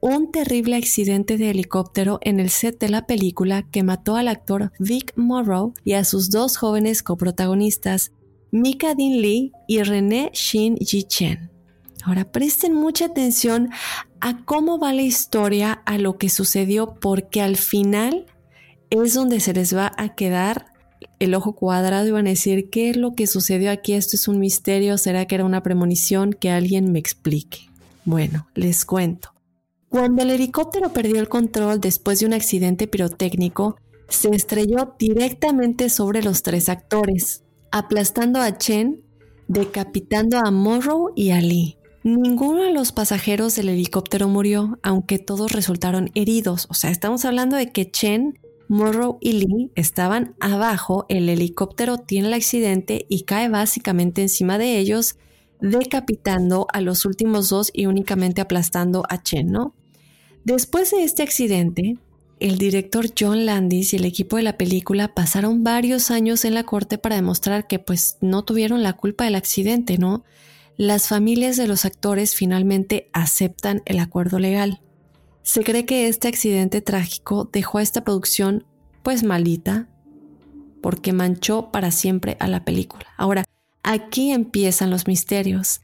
un terrible accidente de helicóptero en el set de la película que mató al actor Vic Morrow y a sus dos jóvenes coprotagonistas, Mika Dean Lee y Renee Shin Ji Chen. Ahora presten mucha atención a cómo va la historia, a lo que sucedió, porque al final es donde se les va a quedar el ojo cuadrado y van a decir, ¿qué es lo que sucedió aquí? ¿Esto es un misterio? ¿Será que era una premonición? Que alguien me explique. Bueno, les cuento. Cuando el helicóptero perdió el control después de un accidente pirotécnico, se estrelló directamente sobre los tres actores, aplastando a Chen, decapitando a Morrow y a Lee. Ninguno de los pasajeros del helicóptero murió, aunque todos resultaron heridos. O sea, estamos hablando de que Chen, Morrow y Lee estaban abajo, el helicóptero tiene el accidente y cae básicamente encima de ellos, decapitando a los últimos dos y únicamente aplastando a Chen, ¿no? Después de este accidente, el director John Landis y el equipo de la película pasaron varios años en la corte para demostrar que pues no tuvieron la culpa del accidente, ¿no? Las familias de los actores finalmente aceptan el acuerdo legal. Se cree que este accidente trágico dejó a esta producción pues malita porque manchó para siempre a la película. Ahora, aquí empiezan los misterios.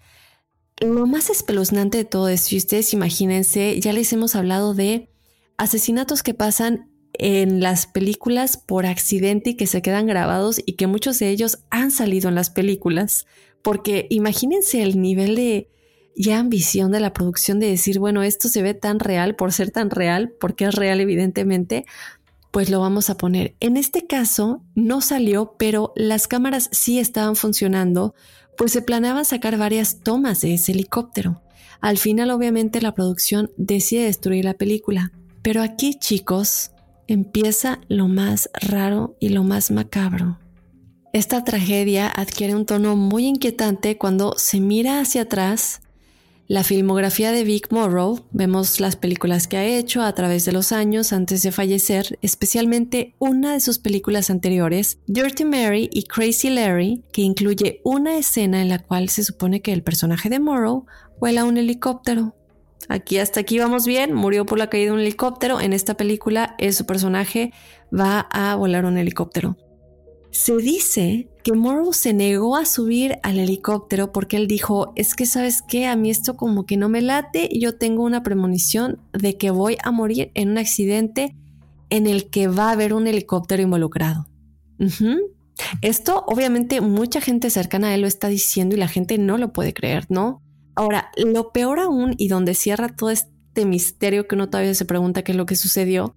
Lo más espeluznante de todo esto, y ustedes imagínense, ya les hemos hablado de asesinatos que pasan en las películas por accidente y que se quedan grabados y que muchos de ellos han salido en las películas. Porque imagínense el nivel de ya ambición de la producción de decir, bueno, esto se ve tan real por ser tan real, porque es real evidentemente, pues lo vamos a poner. En este caso no salió, pero las cámaras sí estaban funcionando, pues se planeaban sacar varias tomas de ese helicóptero. Al final, obviamente, la producción decide destruir la película. Pero aquí, chicos, empieza lo más raro y lo más macabro. Esta tragedia adquiere un tono muy inquietante cuando se mira hacia atrás la filmografía de Vic Morrow. Vemos las películas que ha hecho a través de los años antes de fallecer, especialmente una de sus películas anteriores, Dirty Mary y Crazy Larry, que incluye una escena en la cual se supone que el personaje de Morrow vuela un helicóptero. Aquí hasta aquí vamos bien, murió por la caída de un helicóptero. En esta película eh, su personaje va a volar un helicóptero. Se dice que Morrow se negó a subir al helicóptero porque él dijo, es que ¿sabes qué? A mí esto como que no me late y yo tengo una premonición de que voy a morir en un accidente en el que va a haber un helicóptero involucrado. Uh-huh. Esto obviamente mucha gente cercana a él lo está diciendo y la gente no lo puede creer, ¿no? Ahora, lo peor aún y donde cierra todo este misterio que uno todavía se pregunta qué es lo que sucedió,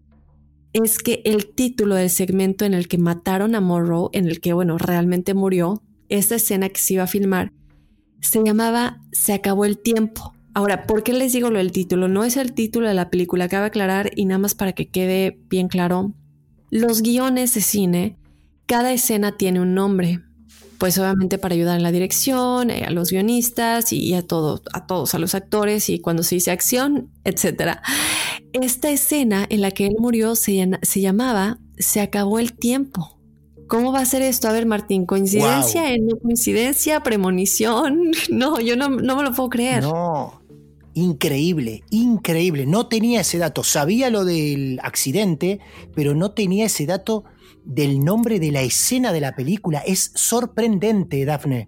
es que el título del segmento en el que mataron a Morrow, en el que, bueno, realmente murió, esta escena que se iba a filmar, se llamaba Se acabó el tiempo. Ahora, ¿por qué les digo lo del título? No es el título de la película, cabe aclarar, y nada más para que quede bien claro. Los guiones de cine, cada escena tiene un nombre, pues obviamente para ayudar en la dirección, a los guionistas y a, todo, a todos, a los actores y cuando se dice acción, etcétera. Esta escena en la que él murió se, se llamaba Se acabó el tiempo. ¿Cómo va a ser esto? A ver, Martín, ¿coincidencia? Wow. ¿No coincidencia? ¿Premonición? No, yo no, no me lo puedo creer. No, increíble, increíble. No tenía ese dato. Sabía lo del accidente, pero no tenía ese dato del nombre de la escena de la película. Es sorprendente, Dafne.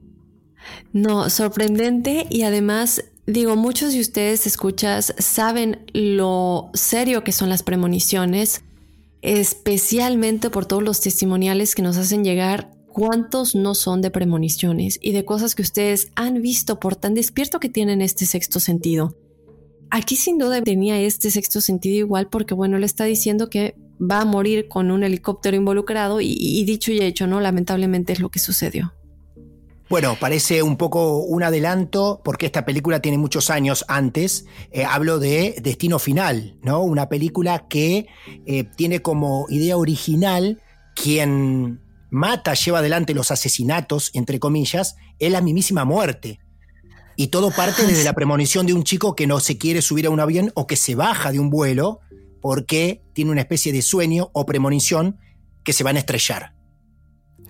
No, sorprendente y además, digo, muchos de ustedes escuchas saben lo serio que son las premoniciones, especialmente por todos los testimoniales que nos hacen llegar. ¿Cuántos no son de premoniciones y de cosas que ustedes han visto por tan despierto que tienen este sexto sentido? Aquí sin duda tenía este sexto sentido igual porque, bueno, él está diciendo que va a morir con un helicóptero involucrado y, y dicho y hecho, ¿no? Lamentablemente es lo que sucedió. Bueno, parece un poco un adelanto porque esta película tiene muchos años antes. Eh, hablo de Destino Final, ¿no? Una película que eh, tiene como idea original quien mata, lleva adelante los asesinatos, entre comillas, es la mismísima muerte. Y todo parte desde la premonición de un chico que no se quiere subir a un avión o que se baja de un vuelo porque tiene una especie de sueño o premonición que se van a estrellar.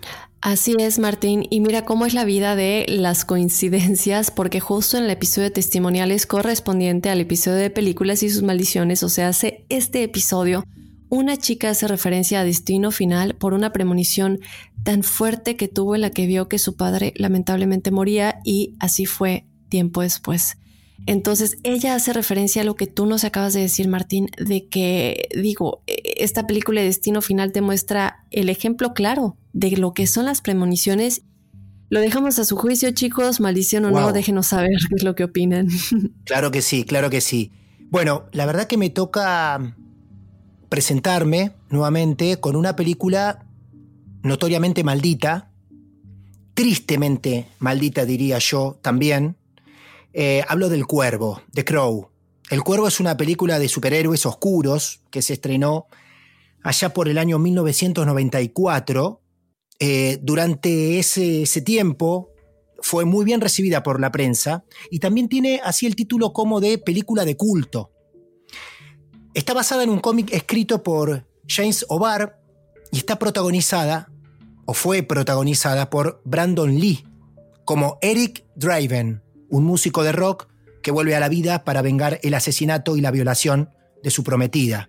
Así es, Martín, y mira cómo es la vida de las coincidencias, porque justo en el episodio de testimoniales correspondiente al episodio de películas y sus maldiciones, o sea, hace este episodio, una chica hace referencia a Destino Final por una premonición tan fuerte que tuvo en la que vio que su padre lamentablemente moría, y así fue tiempo después. Entonces ella hace referencia a lo que tú nos acabas de decir, Martín, de que, digo, esta película de Destino Final te muestra el ejemplo claro de lo que son las premoniciones. Lo dejamos a su juicio, chicos, maldición o wow. no, déjenos saber qué es lo que opinan. Claro que sí, claro que sí. Bueno, la verdad que me toca presentarme nuevamente con una película notoriamente maldita, tristemente maldita diría yo también. Eh, hablo del Cuervo, The Crow. El Cuervo es una película de superhéroes oscuros que se estrenó allá por el año mil novecientos noventa y cuatro. Eh, durante ese, ese tiempo fue muy bien recibida por la prensa y también tiene así el título como de película de culto. Está basada en un cómic escrito por James O'Barr y está protagonizada, o fue protagonizada por Brandon Lee, como Eric Draven, un músico de rock que vuelve a la vida para vengar el asesinato y la violación de su prometida.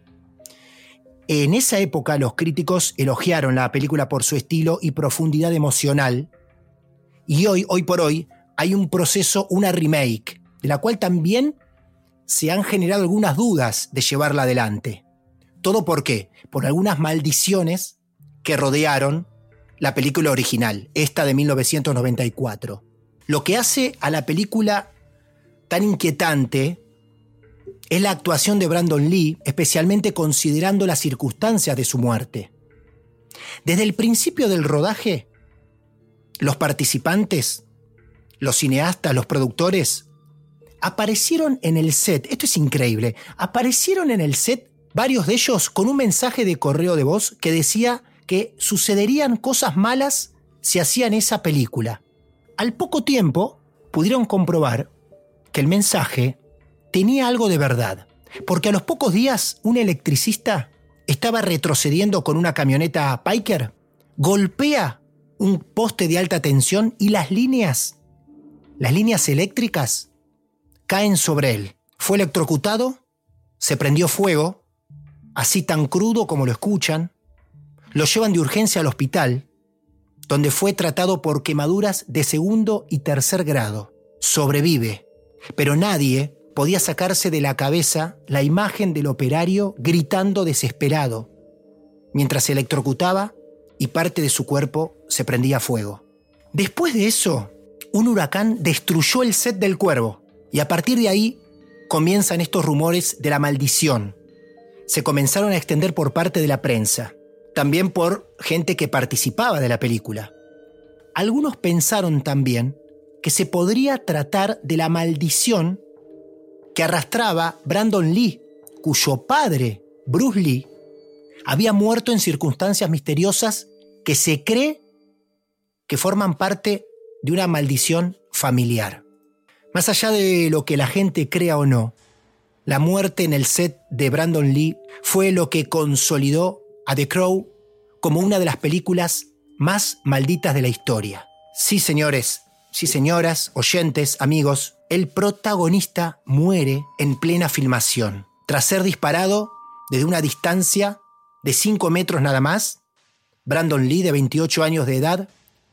En esa época los críticos elogiaron la película por su estilo y profundidad emocional, y hoy, hoy por hoy, hay un proceso, una remake, de la cual también se han generado algunas dudas de llevarla adelante. ¿Todo por qué? Por algunas maldiciones que rodearon la película original, esta de mil novecientos noventa y cuatro. Lo que hace a la película tan inquietante es la actuación de Brandon Lee, especialmente considerando las circunstancias de su muerte. Desde el principio del rodaje, los participantes, los cineastas, los productores, aparecieron en el set. Esto es increíble. Aparecieron en el set, varios de ellos, con un mensaje de correo de voz que decía que sucederían cosas malas si hacían esa película. Al poco tiempo, pudieron comprobar que el mensaje tenía algo de verdad, porque a los pocos días un electricista estaba retrocediendo con una camioneta Piker, golpea un poste de alta tensión y las líneas, las líneas eléctricas caen sobre él. Fue electrocutado, se prendió fuego, así tan crudo como lo escuchan, lo llevan de urgencia al hospital, donde fue tratado por quemaduras de segundo y tercer grado. Sobrevive, pero nadie podía sacarse de la cabeza la imagen del operario gritando desesperado, mientras se electrocutaba y parte de su cuerpo se prendía fuego. Después de eso, un huracán destruyó el set del Cuervo, y a partir de ahí comienzan estos rumores de la maldición. Se comenzaron a extender por parte de la prensa, también por gente que participaba de la película. Algunos pensaron también que se podría tratar de la maldición que arrastraba Brandon Lee, cuyo padre, Bruce Lee, había muerto en circunstancias misteriosas que se cree que forman parte de una maldición familiar. Más allá de lo que la gente crea o no, la muerte en el set de Brandon Lee fue lo que consolidó a The Crow como una de las películas más malditas de la historia. Sí, señores, sí, señoras, oyentes, amigos, el protagonista muere en plena filmación. Tras ser disparado desde una distancia de cinco metros nada más, Brandon Lee, de veintiocho años de edad,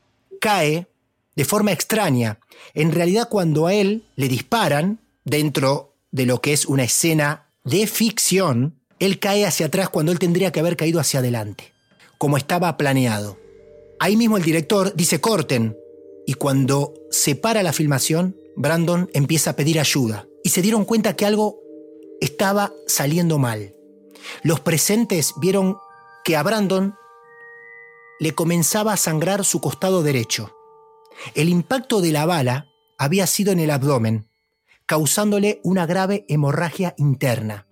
cae de forma extraña. En realidad, cuando a él le disparan, dentro de lo que es una escena de ficción, él cae hacia atrás cuando él tendría que haber caído hacia adelante, como estaba planeado. Ahí mismo el director dice corten, y cuando se para la filmación, Brandon empieza a pedir ayuda, y se dieron cuenta que algo estaba saliendo mal. Los presentes vieron que a Brandon le comenzaba a sangrar su costado derecho. El impacto de la bala había sido en el abdomen, causándole una grave hemorragia interna.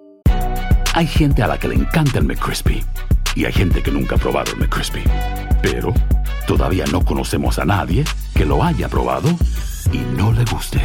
Hay gente a la que le encanta el McCrispy y hay gente que nunca ha probado el McCrispy. Pero todavía no conocemos a nadie que lo haya probado y no le guste.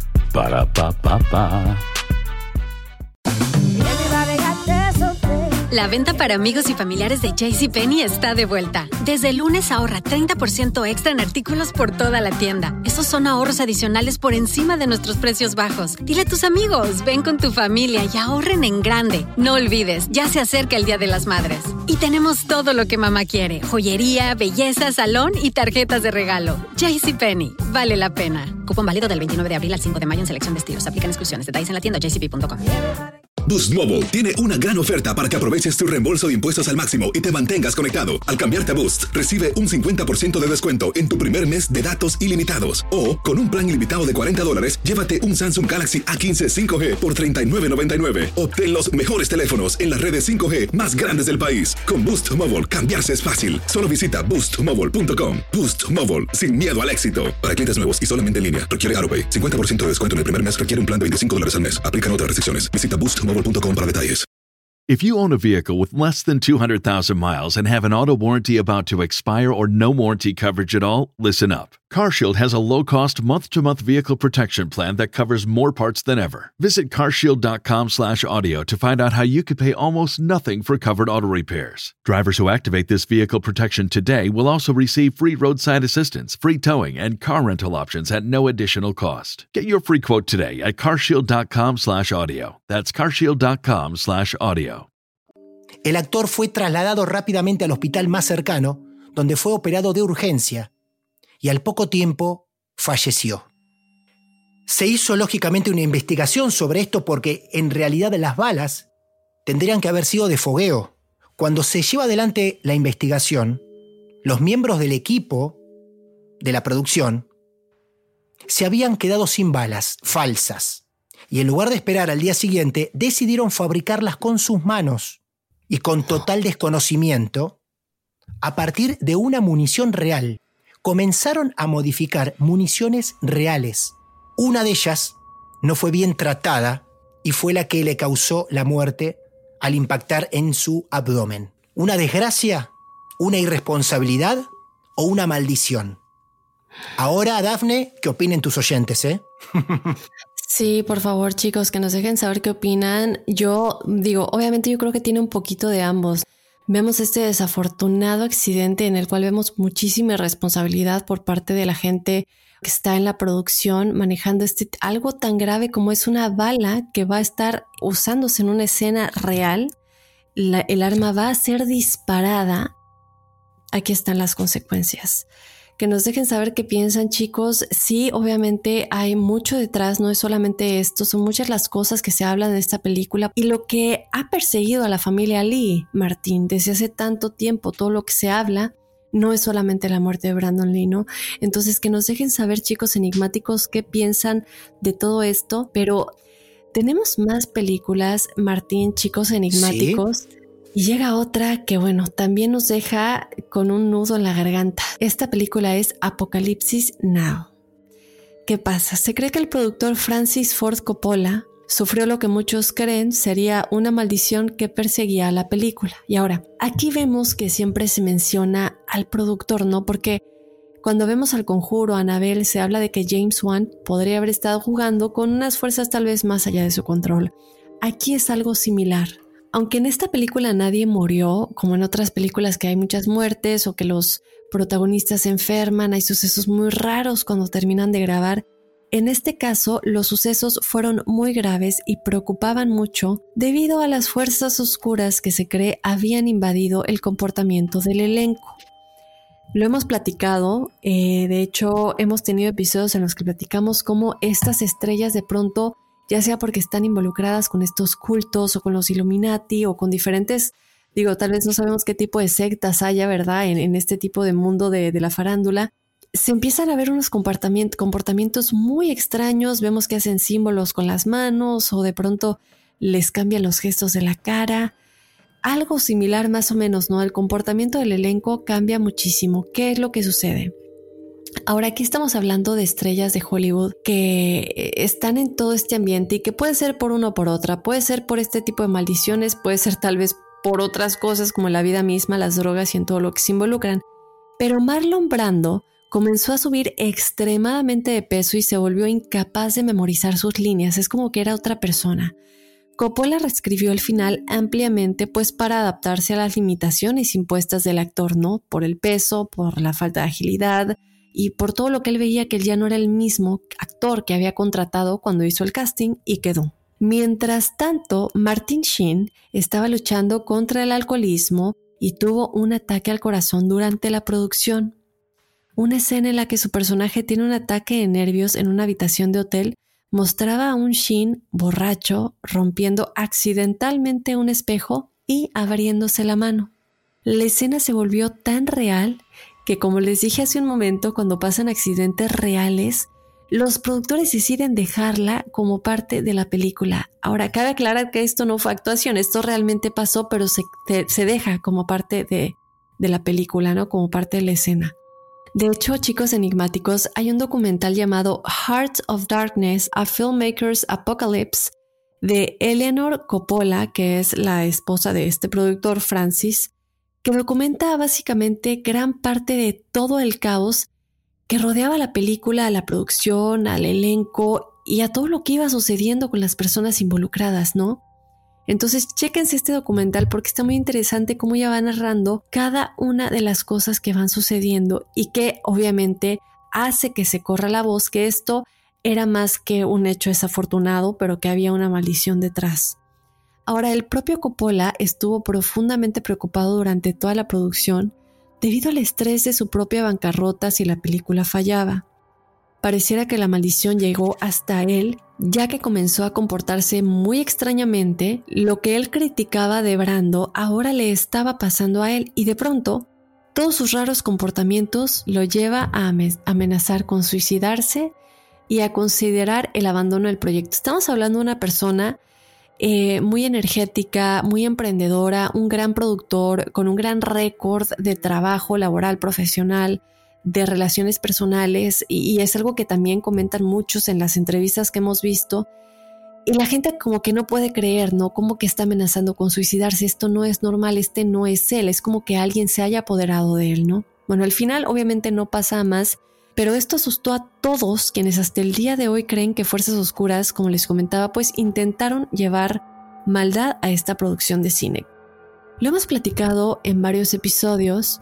Para pa pa pa. La venta para amigos y familiares de JCPenney está de vuelta. Desde el lunes ahorra treinta por ciento extra en artículos por toda la tienda. Esos son ahorros adicionales por encima de nuestros precios bajos. Dile a tus amigos, ven con tu familia y ahorren en grande. No olvides, ya se acerca el Día de las Madres. Y tenemos todo lo que mamá quiere. Joyería, belleza, salón y tarjetas de regalo. JCPenney, vale la pena. Cupón válido del veintinueve de abril al cinco de mayo en selección de estilos. Aplican exclusiones. Detalles en la tienda j c p punto com. Boost Mobile tiene una gran oferta para que aproveches tu reembolso de impuestos al máximo y te mantengas conectado. Al cambiarte a Boost, recibe un cincuenta por ciento de descuento en tu primer mes de datos ilimitados. O, con un plan ilimitado de cuarenta dólares, llévate un Samsung Galaxy A quince cinco G por treinta y nueve noventa y nueve. Obtén los mejores teléfonos en las redes cinco G más grandes del país. Con Boost Mobile, cambiarse es fácil. Solo visita boost mobile punto com. Boost Mobile, sin miedo al éxito. Para clientes nuevos y solamente en línea, requiere AutoPay. cincuenta por ciento de descuento en el primer mes requiere un plan de veinticinco dólares al mes. Aplican otras restricciones. Visita boost mobile punto com para detalles. If you own a vehicle with less than two hundred thousand miles and have an auto warranty about to expire or no warranty coverage at all, listen up. CarShield has a low-cost month-to-month vehicle protection plan that covers more parts than ever. Visit carshield.com slash audio to find out how you could pay almost nothing for covered auto repairs. Drivers who activate this vehicle protection today will also receive free roadside assistance, free towing, and car rental options at no additional cost. Get your free quote today at carshield.com slash audio. That's carshield.com slash audio. El actor fue trasladado rápidamente al hospital más cercano, donde fue operado de urgencia, y al poco tiempo falleció. Se hizo lógicamente una investigación sobre esto porque en realidad las balas tendrían que haber sido de fogueo. Cuando se lleva adelante la investigación, los miembros del equipo de la producción se habían quedado sin balas falsas y en lugar de esperar al día siguiente decidieron fabricarlas con sus manos y con total desconocimiento a partir de una munición real. Comenzaron a modificar municiones reales. Una de ellas no fue bien tratada y fue la que le causó la muerte al impactar en su abdomen. ¿Una desgracia? ¿Una irresponsabilidad? ¿O una maldición? Ahora, Dafne, ¿qué opinen tus oyentes, eh? Sí, por favor, chicos, que nos dejen saber qué opinan. Yo digo, obviamente yo creo que tiene un poquito de ambos. Vemos este desafortunado accidente en el cual vemos muchísima irresponsabilidad por parte de la gente que está en la producción manejando este algo tan grave como es una bala que va a estar usándose en una escena real. La, el arma va a ser disparada. Aquí están las consecuencias. Que nos dejen saber qué piensan, chicos. Sí, obviamente hay mucho detrás, no es solamente esto, son muchas las cosas que se hablan de esta película y lo que ha perseguido a la familia Lee, Martín, desde hace tanto tiempo, todo lo que se habla, no es solamente la muerte de Brandon Lee, ¿no? Entonces, que nos dejen saber, chicos enigmáticos, qué piensan de todo esto, pero tenemos más películas, Martín, chicos enigmáticos. ¿Sí? Y llega otra que, bueno, también nos deja con un nudo en la garganta. Esta película es Apocalipsis Now. ¿Qué pasa? Se cree que el productor Francis Ford Coppola sufrió lo que muchos creen sería una maldición que perseguía a la película. Y ahora, aquí vemos que siempre se menciona al productor, ¿no? Porque cuando vemos al Conjuro, a Annabelle, se habla de que James Wan podría haber estado jugando con unas fuerzas tal vez más allá de su control. Aquí es algo similar. Aunque en esta película nadie murió, como en otras películas que hay muchas muertes o que los protagonistas se enferman, hay sucesos muy raros cuando terminan de grabar. En este caso, los sucesos fueron muy graves y preocupaban mucho debido a las fuerzas oscuras que se cree habían invadido el comportamiento del elenco. Lo hemos platicado, eh, de hecho hemos tenido episodios en los que platicamos cómo estas estrellas de pronto, ya sea porque están involucradas con estos cultos o con los Illuminati o con diferentes, digo, tal vez no sabemos qué tipo de sectas haya, ¿verdad? En, en este tipo de mundo de, de la farándula, se empiezan a ver unos comportamientos, comportamientos muy extraños, vemos que hacen símbolos con las manos o de pronto les cambian los gestos de la cara, algo similar más o menos, ¿no? El comportamiento del elenco cambia muchísimo. ¿Qué es lo que sucede? Ahora aquí estamos hablando de estrellas de Hollywood que están en todo este ambiente y que puede ser por una o por otra, puede ser por este tipo de maldiciones, puede ser tal vez por otras cosas como la vida misma, las drogas y en todo lo que se involucran. Pero Marlon Brando comenzó a subir extremadamente de peso y se volvió incapaz de memorizar sus líneas, es como que era otra persona. Coppola reescribió el final ampliamente pues para adaptarse a las limitaciones impuestas del actor, ¿no? Por el peso, por la falta de agilidad y por todo lo que él veía que él ya no era el mismo actor que había contratado cuando hizo el casting y quedó. Mientras tanto, Martin Sheen estaba luchando contra el alcoholismo y tuvo un ataque al corazón durante la producción. Una escena en la que su personaje tiene un ataque de nervios en una habitación de hotel mostraba a un Sheen borracho rompiendo accidentalmente un espejo y abriéndose la mano. La escena se volvió tan real que, como les dije hace un momento, cuando pasan accidentes reales, los productores deciden dejarla como parte de la película. Ahora, cabe aclarar que esto no fue actuación, esto realmente pasó, pero se, se deja como parte de, de la película, ¿no? Como parte de la escena. De hecho, chicos enigmáticos, hay un documental llamado Heart of Darkness, A Filmmaker's Apocalypse, de Eleanor Coppola, que es la esposa de este productor, Francis, que documenta básicamente gran parte de todo el caos que rodeaba la película, a la producción, al elenco y a todo lo que iba sucediendo con las personas involucradas, ¿no? Entonces, chéquense este documental porque está muy interesante cómo ella va narrando cada una de las cosas que van sucediendo y que obviamente hace que se corra la voz que esto era más que un hecho desafortunado, pero que había una maldición detrás. Ahora, el propio Coppola estuvo profundamente preocupado durante toda la producción debido al estrés de su propia bancarrota si la película fallaba. Pareciera que la maldición llegó hasta él, ya que comenzó a comportarse muy extrañamente. Lo que él criticaba de Brando ahora le estaba pasando a él y de pronto todos sus raros comportamientos lo lleva a amenazar con suicidarse y a considerar el abandono del proyecto. Estamos hablando de una persona eh, muy energética, muy emprendedora, un gran productor con un gran récord de trabajo laboral, profesional, de relaciones personales y, y es algo que también comentan muchos en las entrevistas que hemos visto y la gente como que no puede creer, ¿no? Como que está amenazando con suicidarse, esto no es normal, este no es él, es como que alguien se haya apoderado de él, ¿no? Bueno, al final obviamente no pasa más, pero esto asustó a todos quienes hasta el día de hoy creen que fuerzas oscuras, como les comentaba, pues intentaron llevar maldad a esta producción de cine. Lo hemos platicado en varios episodios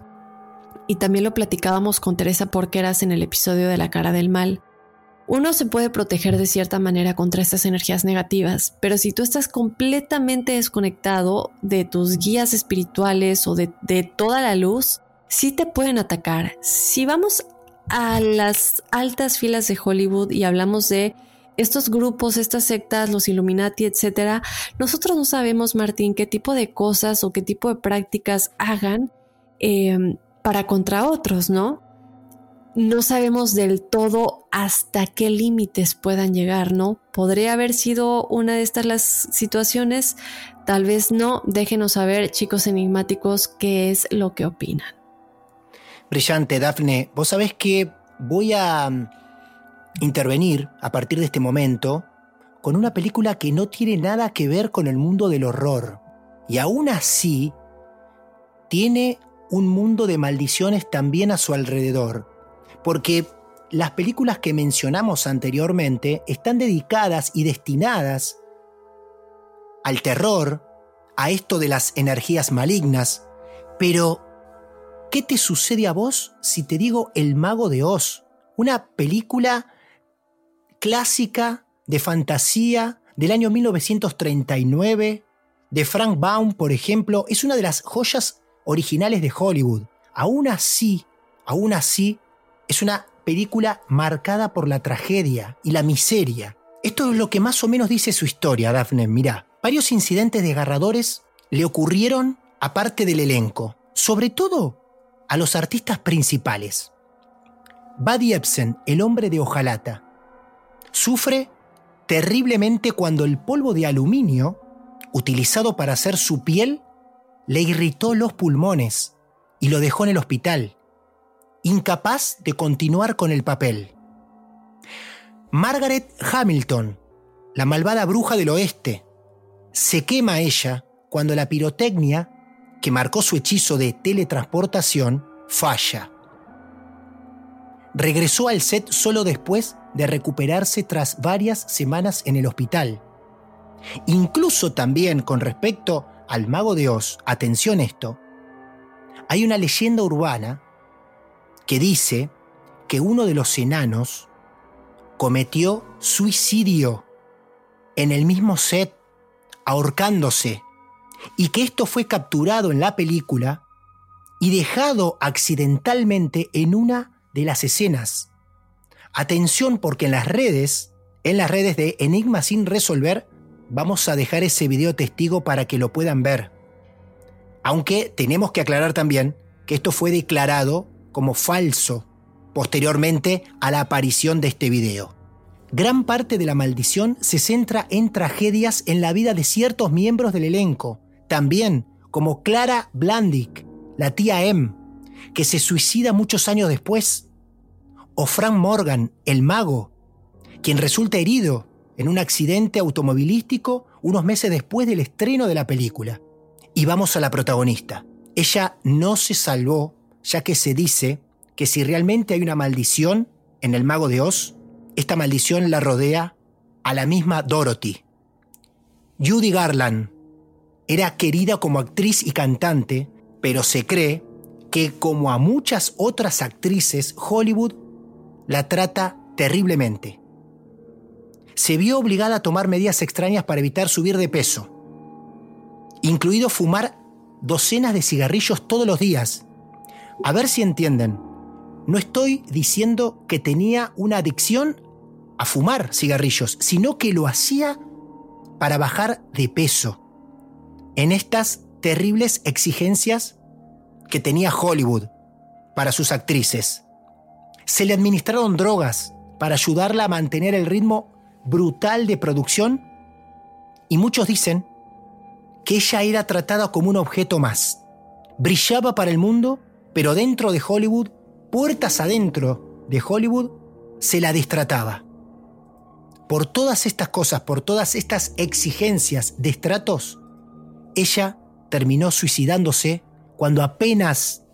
y también lo platicábamos con Teresa Porqueras en el episodio de La cara del mal. Uno se puede proteger de cierta manera contra estas energías negativas, pero si tú estás completamente desconectado de tus guías espirituales o de, de toda la luz, sí te pueden atacar. Si vamos a las altas filas de Hollywood y hablamos de estos grupos, estas sectas, los Illuminati, etcétera, nosotros no sabemos, Martín, qué tipo de cosas o qué tipo de prácticas hagan eh, para contra otros, ¿no? No sabemos del todo hasta qué límites puedan llegar, ¿no? ¿Podría haber sido una de estas las situaciones? Tal vez no. Déjenos saber, chicos enigmáticos, qué es lo que opinan. Brillante, Dafne. Vos sabés que voy a intervenir a partir de este momento con una película que no tiene nada que ver con el mundo del horror. Y aún así, tiene un mundo de maldiciones también a su alrededor. Porque las películas que mencionamos anteriormente están dedicadas y destinadas al terror, a esto de las energías malignas. Pero, ¿qué te sucede a vos si te digo El Mago de Oz? Una película clásica de fantasía del año mil novecientos treinta y nueve, de Frank Baum, por ejemplo, es una de las joyas originales de Hollywood. Aún así, aún así, es una película marcada por la tragedia y la miseria. Esto es lo que más o menos dice su historia, Dafne. Mirá, varios incidentes desgarradores le ocurrieron a parte del elenco, sobre todo a los artistas principales. Buddy Ebsen, el hombre de hojalata, sufre terriblemente cuando el polvo de aluminio, utilizado para hacer su piel, le irritó los pulmones y lo dejó en el hospital, incapaz de continuar con el papel. Margaret Hamilton, la malvada bruja del oeste, se quema ella cuando la pirotecnia, que marcó su hechizo de teletransportación, falla. Regresó al set solo después de recuperarse tras varias semanas en el hospital. Incluso también con respecto al Mago de Oz, atención esto, hay una leyenda urbana que dice que uno de los enanos cometió suicidio en el mismo set, ahorcándose, y que esto fue capturado en la película y dejado accidentalmente en una de las escenas. Atención, porque en las redes, en las redes de Enigma sin resolver, vamos a dejar ese video testigo para que lo puedan ver. Aunque tenemos que aclarar también que esto fue declarado como falso posteriormente a la aparición de este video. Gran parte de la maldición se centra en tragedias en la vida de ciertos miembros del elenco, también como Clara Blandick, la tía Em, que se suicida muchos años después, o Frank Morgan, el mago, quien resulta herido en un accidente automovilístico unos meses después del estreno de la película. Y vamos a la protagonista. Ella no se salvó, ya que se dice que si realmente hay una maldición en el Mago de Oz, esta maldición la rodea a la misma Dorothy. Judy Garland era querida como actriz y cantante, pero se cree que, como a muchas otras actrices, Hollywood la trata terriblemente. Se vio obligada a tomar medidas extrañas para evitar subir de peso, incluido fumar docenas de cigarrillos todos los días. A ver si entienden. No estoy diciendo que tenía una adicción a fumar cigarrillos, sino que lo hacía para bajar de peso en estas terribles exigencias que tenía Hollywood para sus actrices. Se le administraron drogas para ayudarla a mantener el ritmo brutal de producción, y muchos dicen que ella era tratada como un objeto más. Brillaba para el mundo, pero dentro de Hollywood, puertas adentro de Hollywood, se la destrataba. Por todas estas cosas, por todas estas exigencias de estratos, ella terminó suicidándose cuando apenas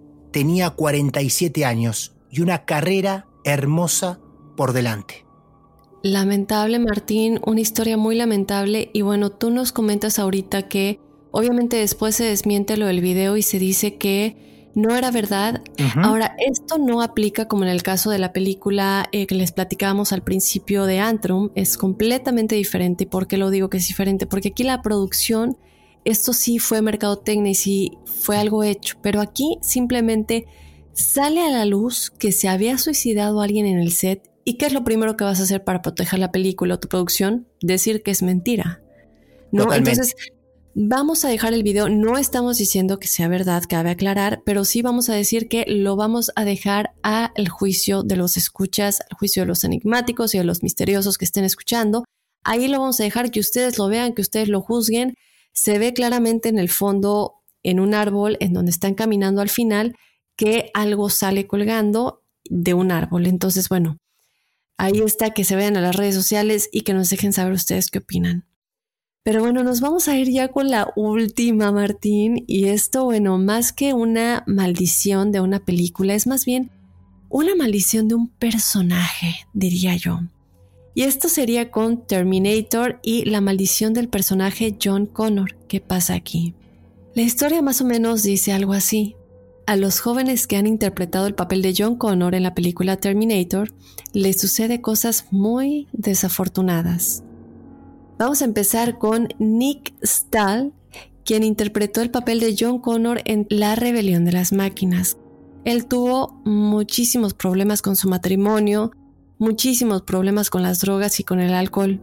tenía cuarenta y siete años y una carrera hermosa por delante. Lamentable, Martín, una historia muy lamentable. Y bueno, tú nos comentas ahorita que obviamente después se desmiente lo del video y se dice que no era verdad. Uh-huh. Ahora, esto no aplica como en el caso de la película eh, que les platicábamos al principio de Antrum. Es completamente diferente. ¿Y por qué lo digo que es diferente? Porque aquí la producción, esto sí fue mercadotecnia y sí fue algo hecho. Pero aquí simplemente sale a la luz que se había suicidado alguien en el set. ¿Y qué es lo primero que vas a hacer para proteger la película o tu producción? Decir que es mentira, ¿no? Totalmente. Entonces, vamos a dejar el video. No estamos diciendo que sea verdad, cabe aclarar, pero sí vamos a decir que lo vamos a dejar al juicio de los escuchas, al juicio de los enigmáticos y de los misteriosos que estén escuchando. Ahí lo vamos a dejar, que ustedes lo vean, que ustedes lo juzguen. Se ve claramente en el fondo, en un árbol, en donde están caminando al final, que algo sale colgando de un árbol. Entonces, bueno, ahí está, que se vean a las redes sociales y que nos dejen saber ustedes qué opinan. Pero bueno, nos vamos a ir ya con la última, Martín. Y esto, bueno, más que una maldición de una película, es más bien una maldición de un personaje, diría yo. Y esto sería con Terminator y la maldición del personaje John Connor. ¿Qué pasa aquí? La historia más o menos dice algo así. A los jóvenes que han interpretado el papel de John Connor en la película Terminator les sucede cosas muy desafortunadas. Vamos a empezar con Nick Stahl, quien interpretó el papel de John Connor en La Rebelión de las Máquinas. Él tuvo muchísimos problemas con su matrimonio, muchísimos problemas con las drogas y con el alcohol.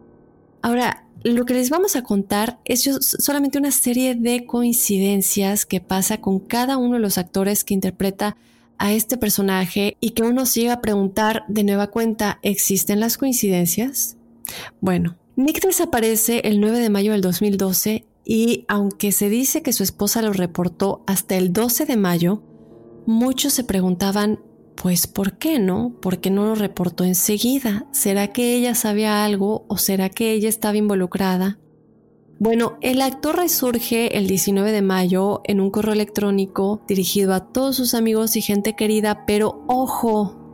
Ahora, lo que les vamos a contar es solamente una serie de coincidencias que pasa con cada uno de los actores que interpreta a este personaje y que uno se llega a preguntar de nueva cuenta, ¿existen las coincidencias? Bueno, Nick desaparece el nueve de mayo del dos mil doce y aunque se dice que su esposa lo reportó hasta el doce de mayo, muchos se preguntaban, pues ¿por qué no? ¿Por qué no lo reportó enseguida? ¿Será que ella sabía algo o será que ella estaba involucrada? Bueno, el actor resurge el diecinueve de mayo en un correo electrónico dirigido a todos sus amigos y gente querida, pero ojo,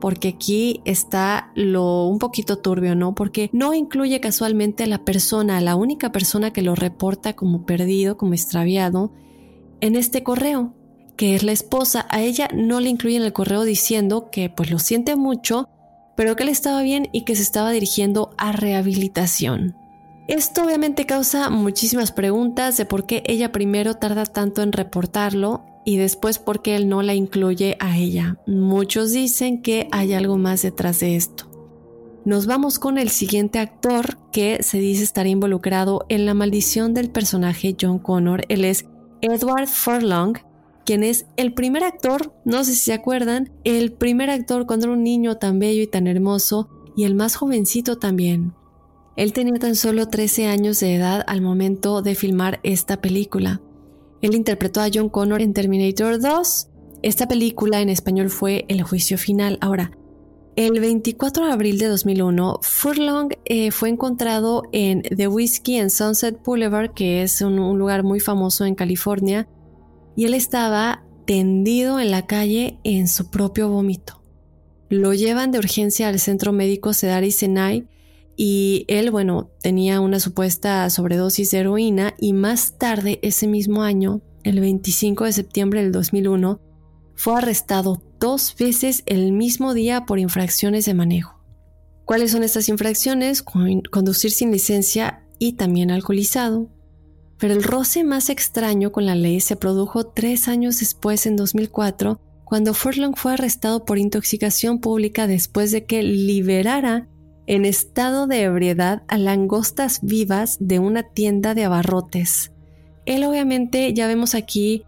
porque aquí está lo un poquito turbio, ¿no? Porque no incluye casualmente a la persona, a la única persona que lo reporta como perdido, como extraviado en este correo, que es la esposa. A ella no le incluye en el correo diciendo que pues lo siente mucho, pero que él estaba bien y que se estaba dirigiendo a rehabilitación. Esto obviamente causa muchísimas preguntas de por qué ella primero tarda tanto en reportarlo y después por qué él no la incluye a ella. Muchos dicen que hay algo más detrás de esto. Nos vamos con el siguiente actor que se dice estar involucrado en la maldición del personaje John Connor. Él es Edward Furlong, quien es el primer actor, no sé si se acuerdan, el primer actor cuando era un niño tan bello y tan hermoso y el más jovencito también. Él tenía tan solo trece años de edad al momento de filmar esta película. Él interpretó a John Connor en Terminator dos. Esta película en español fue El Juicio Final. Ahora, el veinticuatro de abril de dos mil uno, Furlong eh, fue encontrado en The Whiskey en Sunset Boulevard, que es un, un lugar muy famoso en California, y él estaba tendido en la calle en su propio vómito. Lo llevan de urgencia al centro médico Cedars-Sinai y él, bueno, tenía una supuesta sobredosis de heroína y más tarde ese mismo año, el veinticinco de septiembre del dos mil uno, fue arrestado dos veces el mismo día por infracciones de manejo. ¿Cuáles son estas infracciones? Conducir sin licencia y también alcoholizado. Pero el roce más extraño con la ley se produjo tres años después, en dos mil cuatro, cuando Furlong fue arrestado por intoxicación pública después de que liberara en estado de ebriedad a langostas vivas de una tienda de abarrotes. Él obviamente, ya vemos aquí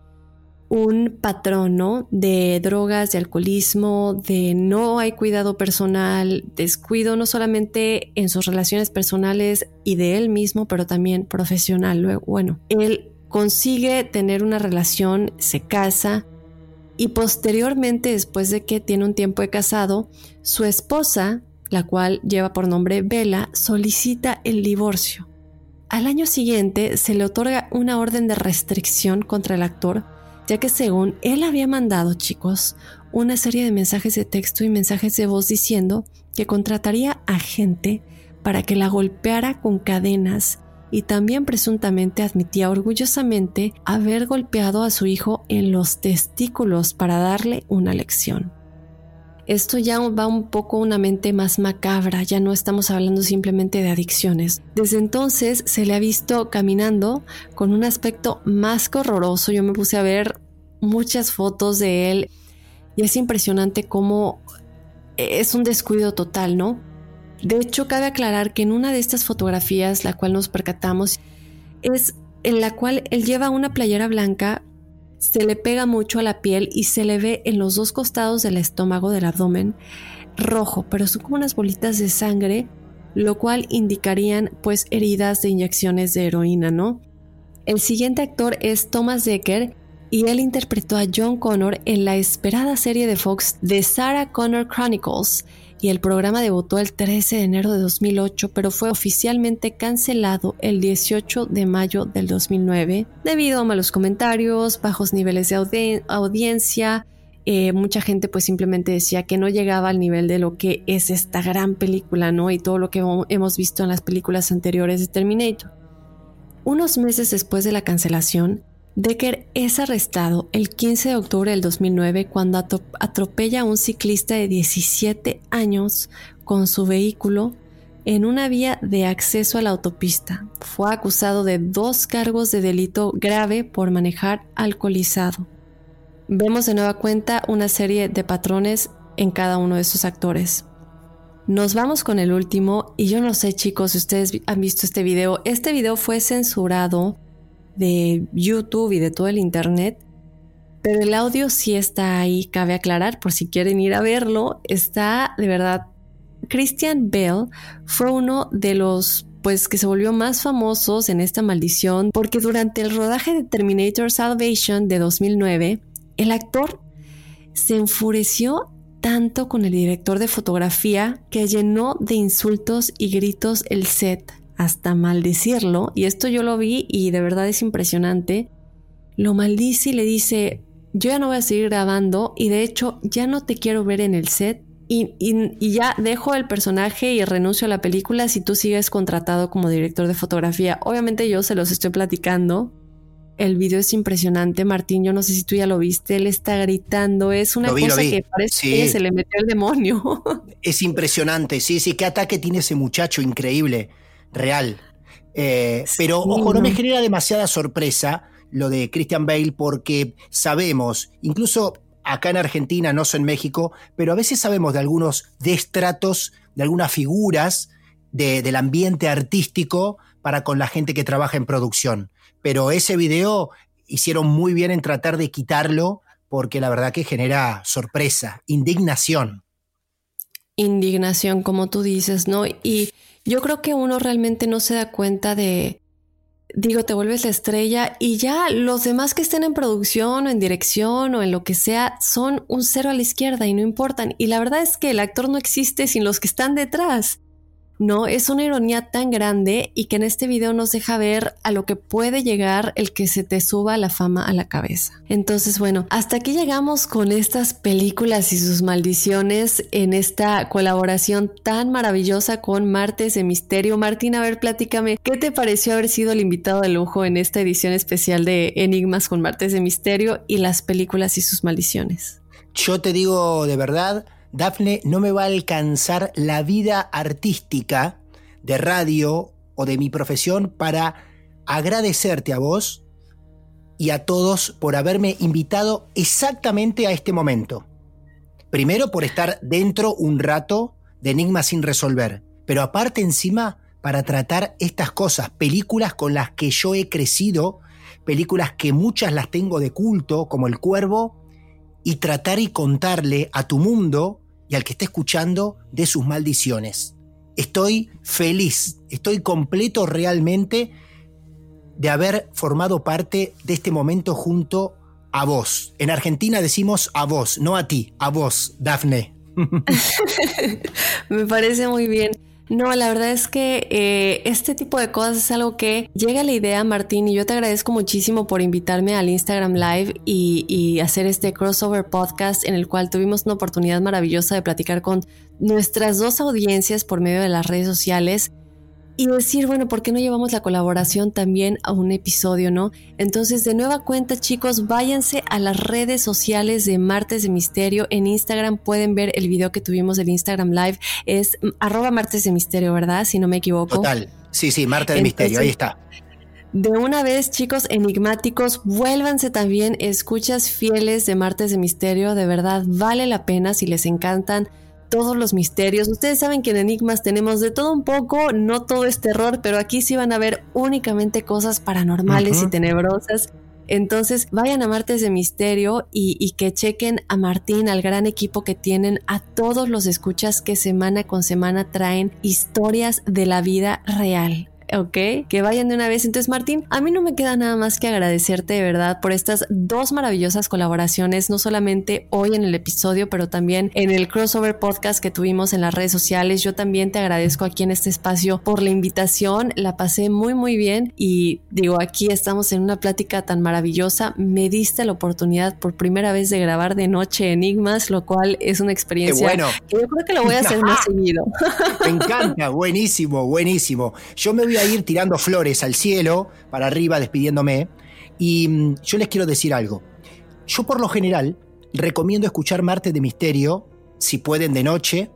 un patrón, ¿no?, de drogas, de alcoholismo, de no hay cuidado personal, descuido no solamente en sus relaciones personales y de él mismo, pero también profesional. Luego, bueno, él consigue tener una relación, se casa y posteriormente, después de que tiene un tiempo de casado, su esposa, la cual lleva por nombre Bella, solicita el divorcio. Al año siguiente se le otorga una orden de restricción contra el actor, ya que según él había mandado, chicos, una serie de mensajes de texto y mensajes de voz diciendo que contrataría a gente para que la golpeara con cadenas y también presuntamente admitía orgullosamente haber golpeado a su hijo en los testículos para darle una lección. Esto ya va un poco a una mente más macabra, ya no estamos hablando simplemente de adicciones. Desde entonces se le ha visto caminando con un aspecto más que horroroso. Yo me puse a ver muchas fotos de él y es impresionante cómo es un descuido total, ¿no? De hecho, cabe aclarar que en una de estas fotografías, la cual nos percatamos, es en la cual él lleva una playera blanca, se le pega mucho a la piel y se le ve en los dos costados del estómago, del abdomen, rojo, pero son como unas bolitas de sangre, lo cual indicarían pues heridas de inyecciones de heroína, ¿no? El siguiente actor es Thomas Dekker y él interpretó a John Connor en la esperada serie de Fox The Sarah Connor Chronicles, y el programa debutó el trece de enero de dos mil ocho, pero fue oficialmente cancelado el dieciocho de mayo del dos mil nueve debido a malos comentarios, bajos niveles de audi- audiencia. Eh, mucha gente pues simplemente decía que no llegaba al nivel de lo que es esta gran película, ¿no? Y todo lo que hemos visto en las películas anteriores de Terminator. Unos meses después de la cancelación, Dekker es arrestado el quince de octubre del dos mil nueve cuando atropella a un ciclista de diecisiete años con su vehículo en una vía de acceso a la autopista. Fue acusado de dos cargos de delito grave por manejar alcoholizado. Vemos de nueva cuenta una serie de patrones en cada uno de esos actores. Nos vamos con el último y yo no sé, chicos, si ustedes han visto este video. Este video fue censurado de YouTube y de todo el internet, pero el audio sí está ahí, cabe aclarar, por si quieren ir a verlo. Está, de verdad, Christian Bale fue uno de los pues que se volvió más famosos en esta maldición, porque durante el rodaje de Terminator Salvation de dos mil nueve, el actor se enfureció tanto con el director de fotografía que llenó de insultos y gritos el set, hasta maldecirlo, y esto yo lo vi y de verdad es impresionante. Lo maldice y le dice: yo ya no voy a seguir grabando y de hecho ya no te quiero ver en el set y, y, y ya dejo el personaje y renuncio a la película si tú sigues contratado como director de fotografía. Obviamente yo se los estoy platicando. El video es impresionante, Martín. Yo no sé si tú ya lo viste. Él está gritando. Es una vi, cosa que parece sí. que se le metió el demonio. Es impresionante. Sí, sí. Qué ataque tiene ese muchacho. Increíble. Real. Eh, sí, pero, ojo, no me genera demasiada sorpresa lo de Christian Bale porque sabemos, incluso acá en Argentina, no sé en México, pero a veces sabemos de algunos destratos, de algunas figuras de, del ambiente artístico para con la gente que trabaja en producción. Pero ese video hicieron muy bien en tratar de quitarlo porque la verdad que genera sorpresa, indignación. Indignación, como tú dices, ¿no? Y yo creo que uno realmente no se da cuenta de, digo, te vuelves la estrella y ya los demás que estén en producción o en dirección o en lo que sea son un cero a la izquierda y no importan. Y la verdad es que el actor no existe sin los que están detrás. No, es una ironía tan grande y que en este video nos deja ver a lo que puede llegar el que se te suba la fama a la cabeza. Entonces, bueno, hasta aquí llegamos con estas películas y sus maldiciones en esta colaboración tan maravillosa con Martes de Misterio. Martín, a ver, platícame, ¿qué te pareció haber sido el invitado de lujo en esta edición especial de Enigmas con Martes de Misterio y las películas y sus maldiciones? Yo te digo de verdad, Dafne, no me va a alcanzar la vida artística de radio o de mi profesión para agradecerte a vos y a todos por haberme invitado exactamente a este momento. Primero por estar dentro un rato de Enigmas sin resolver, pero aparte encima para tratar estas cosas, películas con las que yo he crecido, películas que muchas las tengo de culto, como El Cuervo, y tratar y contarle a tu mundo y al que esté escuchando de sus maldiciones. Estoy feliz, estoy completo realmente de haber formado parte de este momento junto a vos. En Argentina decimos a vos, no a ti, a vos, Dafne. Me parece muy bien. No, la verdad es que eh, este tipo de cosas es algo que llega a la idea, Martín, y yo te agradezco muchísimo por invitarme al Instagram Live y, y hacer este crossover podcast en el cual tuvimos una oportunidad maravillosa de platicar con nuestras dos audiencias por medio de las redes sociales y decir, bueno, ¿por qué no llevamos la colaboración también a un episodio, no? Entonces, de nueva cuenta, chicos, váyanse a las redes sociales de Martes de Misterio. En Instagram pueden ver el video que tuvimos del Instagram Live. Es arroba Martes de Misterio, ¿verdad? Si no me equivoco. Total. Sí, sí, Martes de Misterio, ahí está. De una vez, chicos enigmáticos, vuélvanse también escuchas fieles de Martes de Misterio. De verdad, vale la pena si les encantan todos los misterios. Ustedes saben que en Enigmas tenemos de todo un poco, no todo es terror, pero aquí sí van a ver únicamente cosas paranormales uh-huh. y tenebrosas. Entonces vayan a Martes de Misterio y, y que chequen a Martín, al gran equipo que tienen, a todos los escuchas que semana con semana traen historias de la vida real. Ok, que vayan de una vez. Entonces, Martín, a mí no me queda nada más que agradecerte de verdad por estas dos maravillosas colaboraciones, no solamente hoy en el episodio, pero también en el crossover podcast que tuvimos en las redes sociales. Yo también te agradezco aquí en este espacio por la invitación, la pasé muy muy bien y digo, aquí estamos en una plática tan maravillosa. Me diste la oportunidad por primera vez de grabar de noche Enigmas, lo cual es una experiencia bueno. que yo creo que lo voy a hacer más seguido. Me encanta, buenísimo, buenísimo. Yo me voy a ir tirando flores al cielo, para arriba, despidiéndome. Y mmm, yo les quiero decir algo. Yo por lo general recomiendo escuchar Martes de Misterio, si pueden de noche,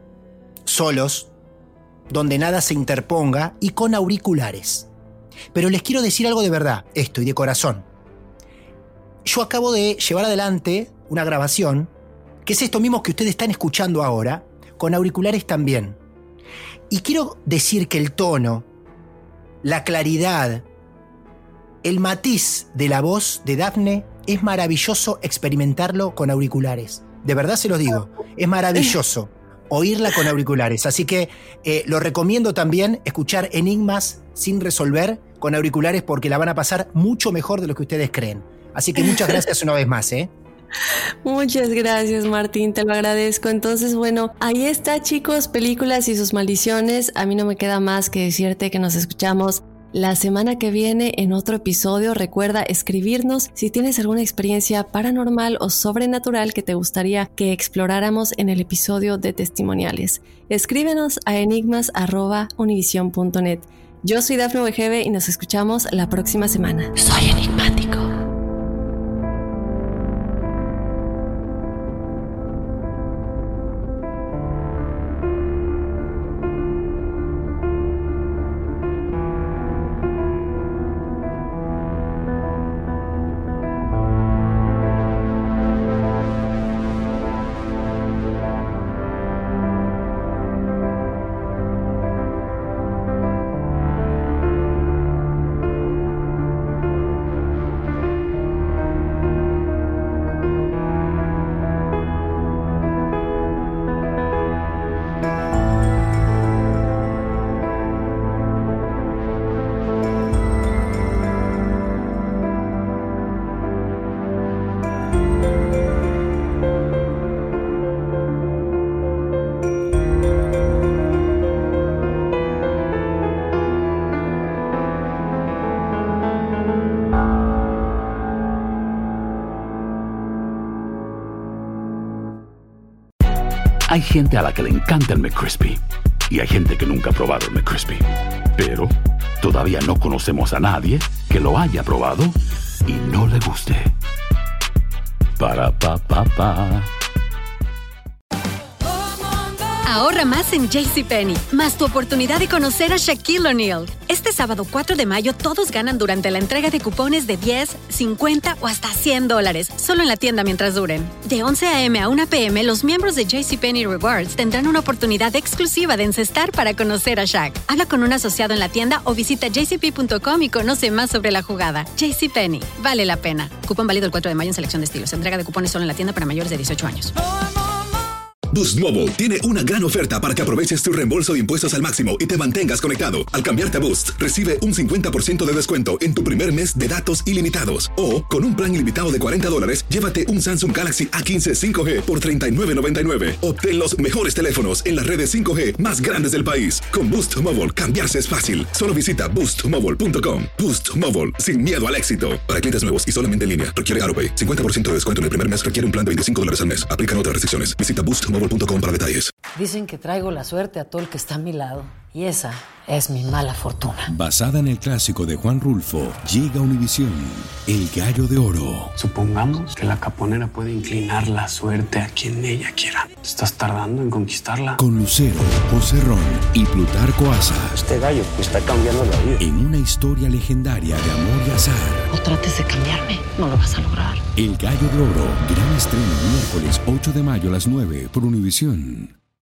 solos, donde nada se interponga y con auriculares. Pero les quiero decir algo de verdad, esto y de corazón. Yo acabo de llevar adelante una grabación, que es esto mismo que ustedes están escuchando ahora, con auriculares también. Y quiero decir que el tono, la claridad, el matiz de la voz de Dafne es maravilloso experimentarlo con auriculares. De verdad se los digo, es maravilloso oírla con auriculares. Así que eh, lo recomiendo también escuchar Enigmas sin resolver con auriculares porque la van a pasar mucho mejor de lo que ustedes creen. Así que muchas gracias una vez más, ¿eh? Muchas gracias, Martín, te lo agradezco. Entonces, bueno, ahí está, chicos, películas y sus maldiciones. A mí no me queda más que decirte que nos escuchamos la semana que viene en otro episodio. Recuerda escribirnos si tienes alguna experiencia paranormal o sobrenatural que te gustaría que exploráramos en el episodio de testimoniales. Escríbenos a enigmas arroba univision punto net. Yo soy Dafne Wegebe y nos escuchamos la próxima semana. Soy enigmático. Hay gente a la que le encanta el McCrispy y hay gente que nunca ha probado el McCrispy. Pero todavía no conocemos a nadie que lo haya probado y no le guste. Para pa pa pa. Ahorra más en JCPenney, más tu oportunidad de conocer a Shaquille O'Neal. Este sábado cuatro de mayo todos ganan durante la entrega de cupones de diez, cincuenta o hasta cien dólares, solo en la tienda mientras duren. De once a eme a una pe eme, los miembros de JCPenney Rewards tendrán una oportunidad exclusiva de encestar para conocer a Shaq. Habla con un asociado en la tienda o visita j c p punto com y conoce más sobre la jugada. JCPenney, vale la pena. Cupón válido el cuatro de mayo en selección de estilos. Entrega de cupones solo en la tienda para mayores de dieciocho años. Boost Mobile tiene una gran oferta para que aproveches tu reembolso de impuestos al máximo y te mantengas conectado. Al cambiarte a Boost, recibe un cincuenta por ciento de descuento en tu primer mes de datos ilimitados. O, con un plan ilimitado de cuarenta dólares, llévate un Samsung Galaxy A quince cinco G por treinta y nueve noventa y nueve. Obtén los mejores teléfonos en las redes cinco G más grandes del país. Con Boost Mobile, cambiarse es fácil. Solo visita boost mobile punto com. Boost Mobile, sin miedo al éxito. Para clientes nuevos y solamente en línea, requiere AutoPay. cincuenta por ciento de descuento en el primer mes requiere un plan de veinticinco dólares al mes. Aplican otras restricciones. Visita boost mobile punto com para detalles. Dicen que traigo la suerte a todo el que está a mi lado. Y esa es mi mala fortuna. Basada en el clásico de Juan Rulfo, llega Univisión, El Gallo de Oro. Supongamos que la caponera puede inclinar la suerte a quien ella quiera. ¿Estás tardando en conquistarla? Con Lucero, José Ron y Plutarco Asa. Este gallo me está cambiando la vida. En una historia legendaria de amor y azar. No trates de cambiarme, no lo vas a lograr. El Gallo de Oro, gran estreno miércoles ocho de mayo a las nueve por Univisión.